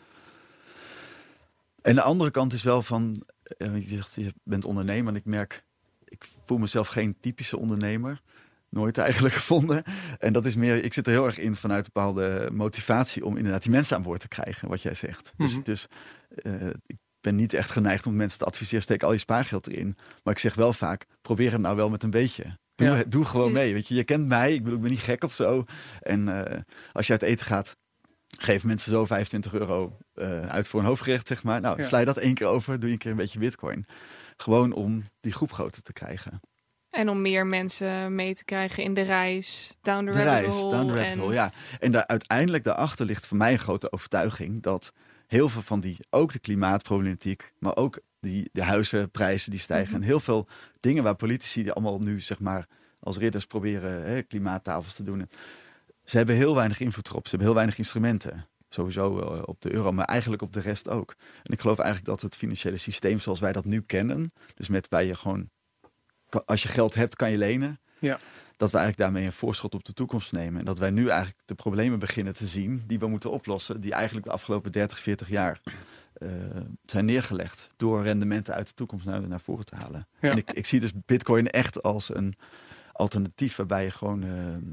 En de andere kant is wel van, je zegt, je bent ondernemer en ik merk, ik voel mezelf geen typische ondernemer. Nooit eigenlijk gevonden. En dat is meer, ik zit er heel erg in vanuit een bepaalde motivatie om inderdaad die mensen aan boord te krijgen, wat jij zegt. Mm-hmm. Dus ik ben niet echt geneigd om mensen te adviseren, steek al je spaargeld erin. Maar ik zeg wel vaak, probeer het nou wel met een beetje. Doe gewoon mee. Weet je kent mij, ik ben niet gek of zo. En als je uit eten gaat, geef mensen zo €25 uit voor een hoofdgerecht, zeg maar. Nou, sla je dat 1 keer over, doe je een keer een beetje Bitcoin. Gewoon om die groep groter te krijgen. En om meer mensen mee te krijgen in de reis, down the rabbit hole. Ja. En uiteindelijk daarachter ligt voor mij een grote overtuiging dat heel veel van ook de klimaatproblematiek, maar ook de huizenprijzen die stijgen. En heel veel dingen waar politici die allemaal nu zeg maar als ridders proberen klimaattafels te doen. Ze hebben heel weinig invloed erop. Ze hebben heel weinig instrumenten. Sowieso op de euro, maar eigenlijk op de rest ook. En ik geloof eigenlijk dat het financiële systeem zoals wij dat nu kennen, dus waar je gewoon, als je geld hebt, kan je lenen. Ja. Dat we eigenlijk daarmee een voorschot op de toekomst nemen. En dat wij nu eigenlijk de problemen beginnen te zien die we moeten oplossen. Die eigenlijk de afgelopen 30, 40 jaar zijn neergelegd. Door rendementen uit de toekomst naar voren te halen. Ja. En ik zie dus Bitcoin echt als een alternatief waarbij je gewoon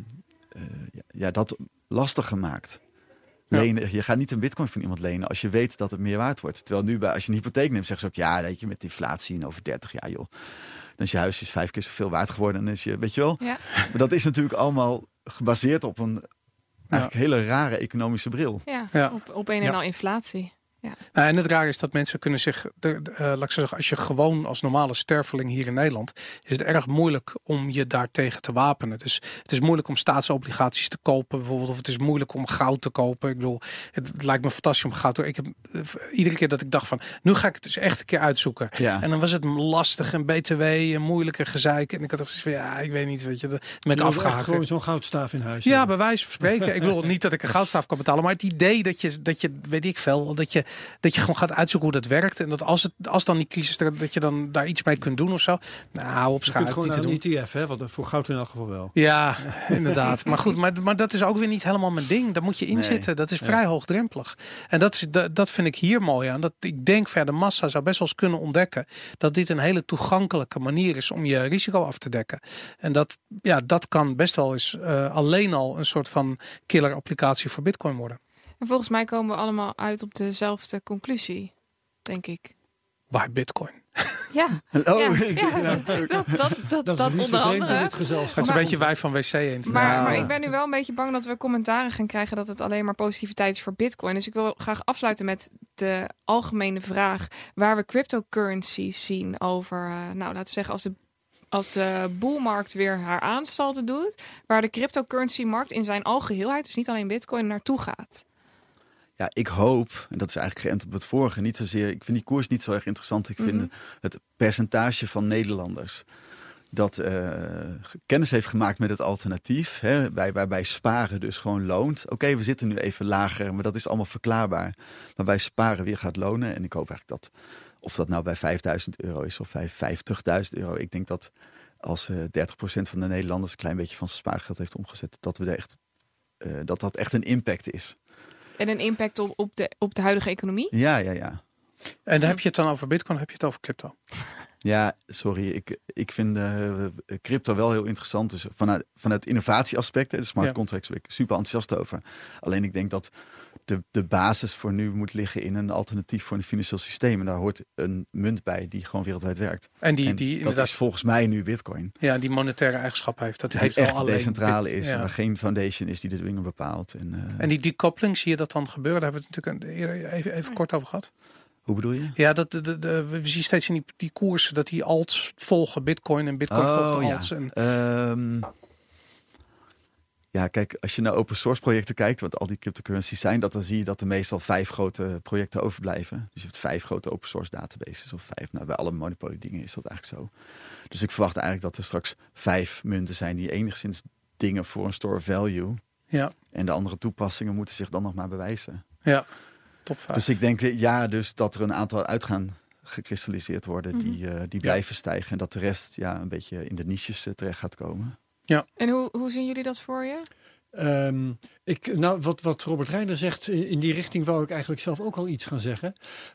dat lastiger maakt. Lenen, je gaat niet een Bitcoin van iemand lenen als je weet dat het meer waard wordt. Terwijl nu als je een hypotheek neemt, zeggen ze ook weet je, met inflatie en over 30 jaar joh. Dan is je huis 5 keer zoveel waard geworden. En is je, weet je wel. Ja. Maar dat is natuurlijk allemaal gebaseerd op een eigenlijk hele rare economische bril. Ja. Op een en al inflatie. Ja. En het raar is dat mensen kunnen zich, laat ik zeggen, als je gewoon als normale sterveling hier in Nederland, is het erg moeilijk om je daartegen te wapenen. Dus het is moeilijk om staatsobligaties te kopen bijvoorbeeld, of het is moeilijk om goud te kopen. Ik bedoel, het lijkt me fantastisch om goud te kopen. Ik heb iedere keer dat ik dacht van, nu ga ik het dus echt een keer uitzoeken. Ja. En dan was het lastig en BTW en moeilijke gezeik. En ik had echt zoiets van, ik weet niet, weet je, met afgehaakt. Gewoon zo'n goudstaaf in huis. Ja, bij wijze van spreken. Ik bedoel niet dat ik een goudstaaf kan betalen, maar het idee dat je weet ik veel, dat je gewoon gaat uitzoeken hoe dat werkt. En dat als dan die crisis dat je dan daar iets mee kunt doen of zo. Nou, op schaal gewoon niet te doen. ETF, hè? Want voor goud in elk geval wel. Ja, inderdaad. Maar goed, maar dat is ook weer niet helemaal mijn ding. Daar moet je in zitten. Dat is vrij hoogdrempelig. En dat vind ik hier mooi aan. Dat ik denk de massa zou best wel eens kunnen ontdekken dat dit een hele toegankelijke manier is om je risico af te dekken. En dat kan best wel eens alleen al een soort van killer applicatie voor Bitcoin worden. En volgens mij komen we allemaal uit op dezelfde conclusie, denk ik. Bij Bitcoin. Ja. Hallo. Dat is onder andere. Het gezelschap. Het is een beetje wij van WC eens. Maar ik ben nu wel een beetje bang dat we commentaren gaan krijgen dat het alleen maar positiviteit is voor Bitcoin. Dus ik wil graag afsluiten met de algemene vraag waar we cryptocurrencies zien over, laten we zeggen, als de boelmarkt weer haar aanstalten doet, waar de cryptocurrency-markt in zijn algeheelheid, dus niet alleen Bitcoin, naartoe gaat. Ja, ik hoop, en dat is eigenlijk geënt op het vorige, niet zozeer. Ik vind die koers niet zo erg interessant. Ik vind het percentage van Nederlanders dat kennis heeft gemaakt met het alternatief, hè, waarbij sparen dus gewoon loont. Oké, we zitten nu even lager, maar dat is allemaal verklaarbaar. Maar bij sparen weer gaat lonen. En ik hoop eigenlijk dat, of dat nou bij €5.000 is of bij €50.000. Ik denk dat als 30% van de Nederlanders een klein beetje van zijn spaargeld heeft omgezet, dat we er echt, dat echt een impact is. En een impact op de huidige economie? Ja. En dan heb je het dan over Bitcoin, heb je het over crypto? Ja, sorry. Ik vind crypto wel heel interessant. Dus vanuit innovatieaspecten, de smart contracts, ben ik super enthousiast over. Alleen ik denk dat de basis voor nu moet liggen in een alternatief voor een financieel systeem. En daar hoort een munt bij die gewoon wereldwijd werkt. En die dat inderdaad is volgens mij nu Bitcoin. Ja, die monetaire eigenschap heeft. Dat heeft echt wel alleen decentrale is, waar geen foundation is die de dingen bepaalt. En die decouplering, zie je dat dan gebeuren? Daar hebben we het natuurlijk even kort over gehad. Hoe bedoel je? Ja, we zien steeds in die koersen dat die alts volgen Bitcoin en Bitcoin volgt de alts. Ja, kijk, als je naar open source projecten kijkt, wat al die cryptocurrencies zijn, dan zie je dat er meestal 5 grote projecten overblijven. Dus je hebt 5 grote open source databases of 5. Nou, bij alle Monopoly dingen is dat eigenlijk zo. Dus ik verwacht eigenlijk dat er straks 5 munten zijn die enigszins dingen voor een store value. Ja. En de andere toepassingen moeten zich dan nog maar bewijzen. Ja, top 5. Dus ik denk dus dat er een aantal uitgaan gekristalliseerd worden die blijven stijgen. En dat de rest een beetje in de niches terecht gaat komen. Ja. En hoe zien jullie dat voor je? Wat Robert Reijner zegt, in die richting wou ik eigenlijk zelf ook al iets gaan zeggen.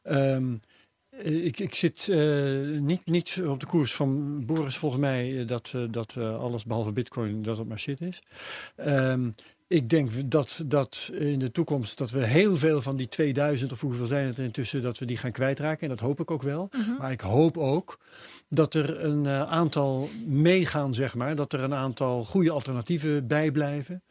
Ik zit niet op de koers van Boris, volgens mij, dat alles behalve Bitcoin, dat het maar shit is. Ik denk dat in de toekomst dat we heel veel van die 2000 of hoeveel zijn het er intussen, dat we die gaan kwijtraken. En dat hoop ik ook wel. Maar ik hoop ook dat er een aantal meegaan, zeg maar. Dat er een aantal goede alternatieven bijblijven.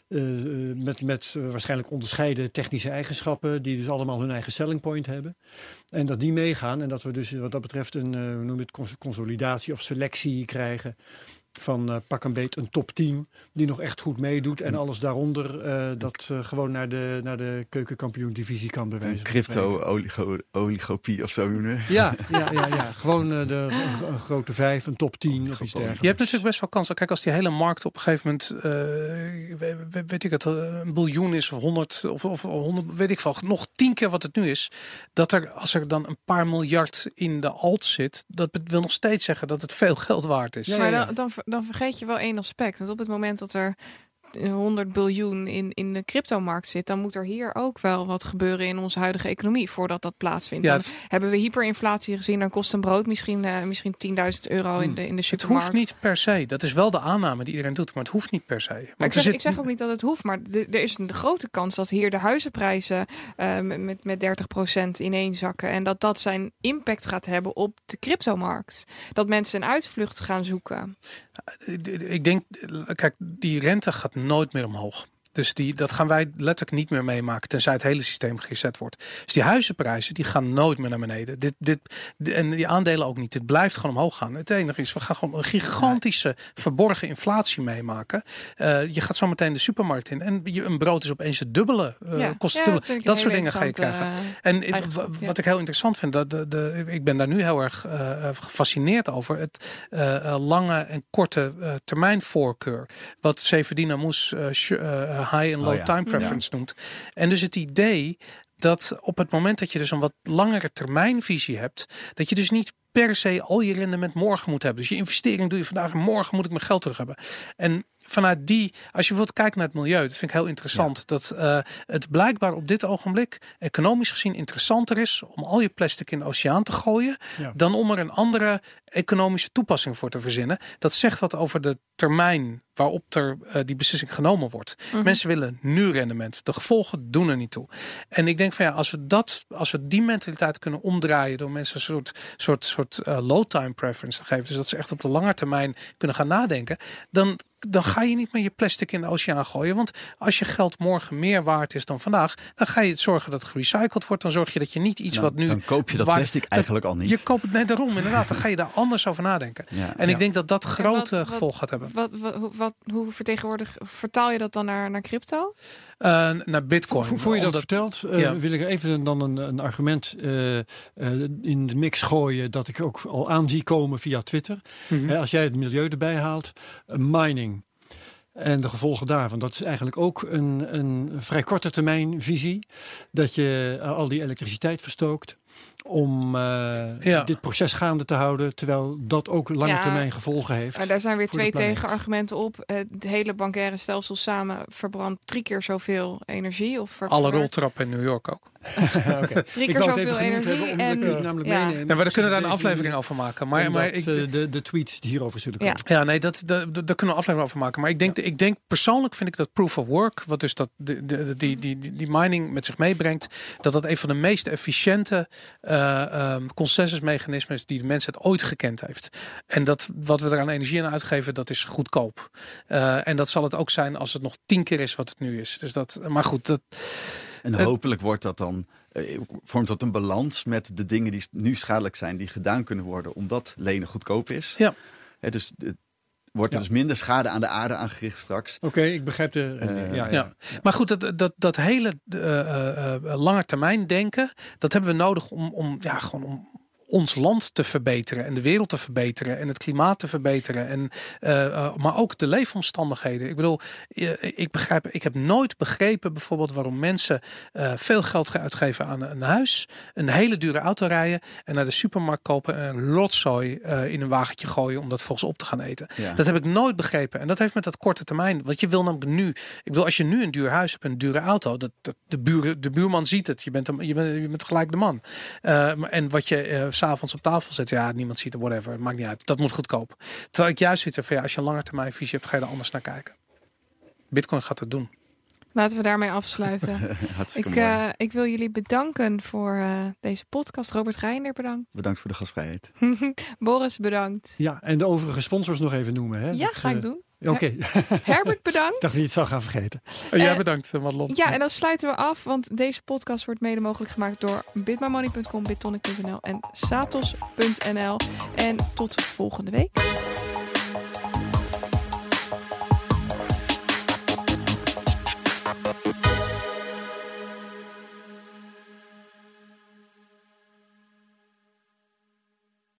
Met waarschijnlijk onderscheiden technische eigenschappen, die dus allemaal hun eigen selling point hebben. En dat die meegaan en dat we dus wat dat betreft een consolidatie of selectie krijgen van pak een beet een top 10 die nog echt goed meedoet en alles daaronder dat gewoon naar de keukenkampioen divisie kan bewijzen. Crypto-oligopie of zo noemen. Ja. Gewoon een grote 5, een top 10 of iets dergelijks. Je hebt natuurlijk best wel kansen. Kijk, als die hele markt op een gegeven moment, weet ik het, een biljoen is of 100 of 100, weet ik veel, nog 10 keer wat het nu is, dat als er dan een paar miljard in de alt zit, dat wil nog steeds zeggen dat het veel geld waard is. Ja. Maar dan vergeet je wel één aspect. Want op het moment dat er 100 biljoen in de cryptomarkt zit, dan moet er hier ook wel wat gebeuren in onze huidige economie voordat dat plaatsvindt. Dan hebben we hyperinflatie gezien, dan kost een brood misschien €10.000 in de supermarkt. Het hoeft niet per se. Dat is wel de aanname die iedereen doet, maar het hoeft niet per se. Maar ik zeg ook niet dat het hoeft, maar er is een grote kans dat hier de huizenprijzen met 30% ineenzakken en dat zijn impact gaat hebben op de cryptomarkt. Dat mensen een uitvlucht gaan zoeken. Ik denk, kijk, die rente gaat nooit meer omhoog. Dus dat gaan wij letterlijk niet meer meemaken tenzij het hele systeem gereset wordt. Dus die huizenprijzen die gaan nooit meer naar beneden. En die aandelen ook niet. Dit blijft gewoon omhoog gaan. Het enige is, we gaan gewoon een gigantische verborgen inflatie meemaken. Je gaat zo meteen de supermarkt in en een brood is opeens het dubbele. Kost het dubbele. Dat soort dingen ga je krijgen. Wat ik heel interessant vind, ik ben daar nu heel erg gefascineerd over. Het lange en korte termijn voorkeur. Wat Saifedean Ammous high en low time preference noemt. En dus het idee dat op het moment dat je dus een wat langere termijnvisie hebt, dat je dus niet per se al je rendement morgen moet hebben. Dus je investering doe je vandaag en morgen moet ik mijn geld terug hebben. En vanuit als je bijvoorbeeld kijkt naar het milieu, dat vind ik heel interessant. Ja. Dat het blijkbaar op dit ogenblik economisch gezien interessanter is om al je plastic in de oceaan te gooien, dan om er een andere economische toepassing voor te verzinnen. Dat zegt wat over de termijn waarop die beslissing genomen wordt. Mensen willen nu rendement. De gevolgen doen er niet toe. En ik denk van als we die mentaliteit kunnen omdraaien door mensen een soort low time preference te geven, dus dat ze echt op de lange termijn kunnen gaan nadenken, dan ga je niet meer je plastic in de oceaan gooien. Want als je geld morgen meer waard is dan vandaag, dan ga je zorgen dat het gerecycled wordt. Dan zorg je dat je niet iets wat nu... Dan koop je dat plastic eigenlijk al niet. Je koopt het net daarom, inderdaad. Dan ga je daar anders over nadenken. Ja. En ik denk dat grote gevolg gaat hebben. Hoe vertaal je dat dan naar crypto? Naar Bitcoin. Voor je dat vertelt, wil ik even dan een argument in de mix gooien dat ik ook al aan zie komen via Twitter. Als jij het milieu erbij haalt, mining en de gevolgen daarvan. Dat is eigenlijk ook een vrij korte termijn visie. Dat je al die elektriciteit verstookt om dit proces gaande te houden, terwijl dat ook lange termijn gevolgen heeft. Maar daar zijn weer 2 tegenargumenten op. Het hele bankaire stelsel samen verbrandt 3 keer zoveel energie. Alle roltrappen in New York ook. 3 keer zoveel energie. Namelijk meenemen. We kunnen daar een aflevering over maken. Maar de tweets die hierover zullen komen. Ja, nee, daar kunnen we een aflevering over maken. Maar ik denk persoonlijk vind ik dat proof of work, wat dus die mining met zich meebrengt, dat een van de meest efficiënte consensusmechanismen is die de mensheid ooit gekend heeft. En dat wat we er aan energie aan uitgeven, dat is goedkoop. En dat zal het ook zijn als het nog 10 keer is wat het nu is. Dus maar goed. En hopelijk wordt dat dan, vormt dat een balans met de dingen die nu schadelijk zijn, die gedaan kunnen worden omdat lenen goedkoop is. Ja. Dus wordt er dus minder schade aan de aarde aangericht straks. Oké, ik begrijp Maar goed, dat hele lange termijn denken, dat hebben we nodig om ons land te verbeteren en de wereld te verbeteren en het klimaat te verbeteren en maar ook de leefomstandigheden. Ik bedoel, ik heb nooit begrepen bijvoorbeeld waarom mensen veel geld gaan uitgeven aan een huis, een hele dure auto rijden en naar de supermarkt kopen en een rotzooi in een wagentje gooien om dat volgens op te gaan eten. Ja. Dat heb ik nooit begrepen en dat heeft met dat korte termijn. Want je wil namelijk nu, ik bedoel, als je nu een duur huis hebt en een dure auto, de buurman ziet het. Je bent gelijk de man. En wat je 's avonds op tafel zet, niemand ziet het, whatever, het maakt niet uit. Dat moet goedkoop. Terwijl ik juist zit van als je een lange termijn visie hebt, ga je er anders naar kijken. Bitcoin gaat het doen. Laten we daarmee afsluiten. Ik wil jullie bedanken voor deze podcast. Robert Reinder, bedankt. Bedankt voor de gastvrijheid. Boris, bedankt. Ja, en de overige sponsors nog even noemen. Hè? Ja, ga ik doen. Oké. Herbert, bedankt. Ik dacht dat je het zou gaan vergeten. Jij bedankt, Madelon. Ja, en dan sluiten we af, want deze podcast wordt mede mogelijk gemaakt door bitmymoney.com, bittonic.nl en satos.nl. En tot volgende week.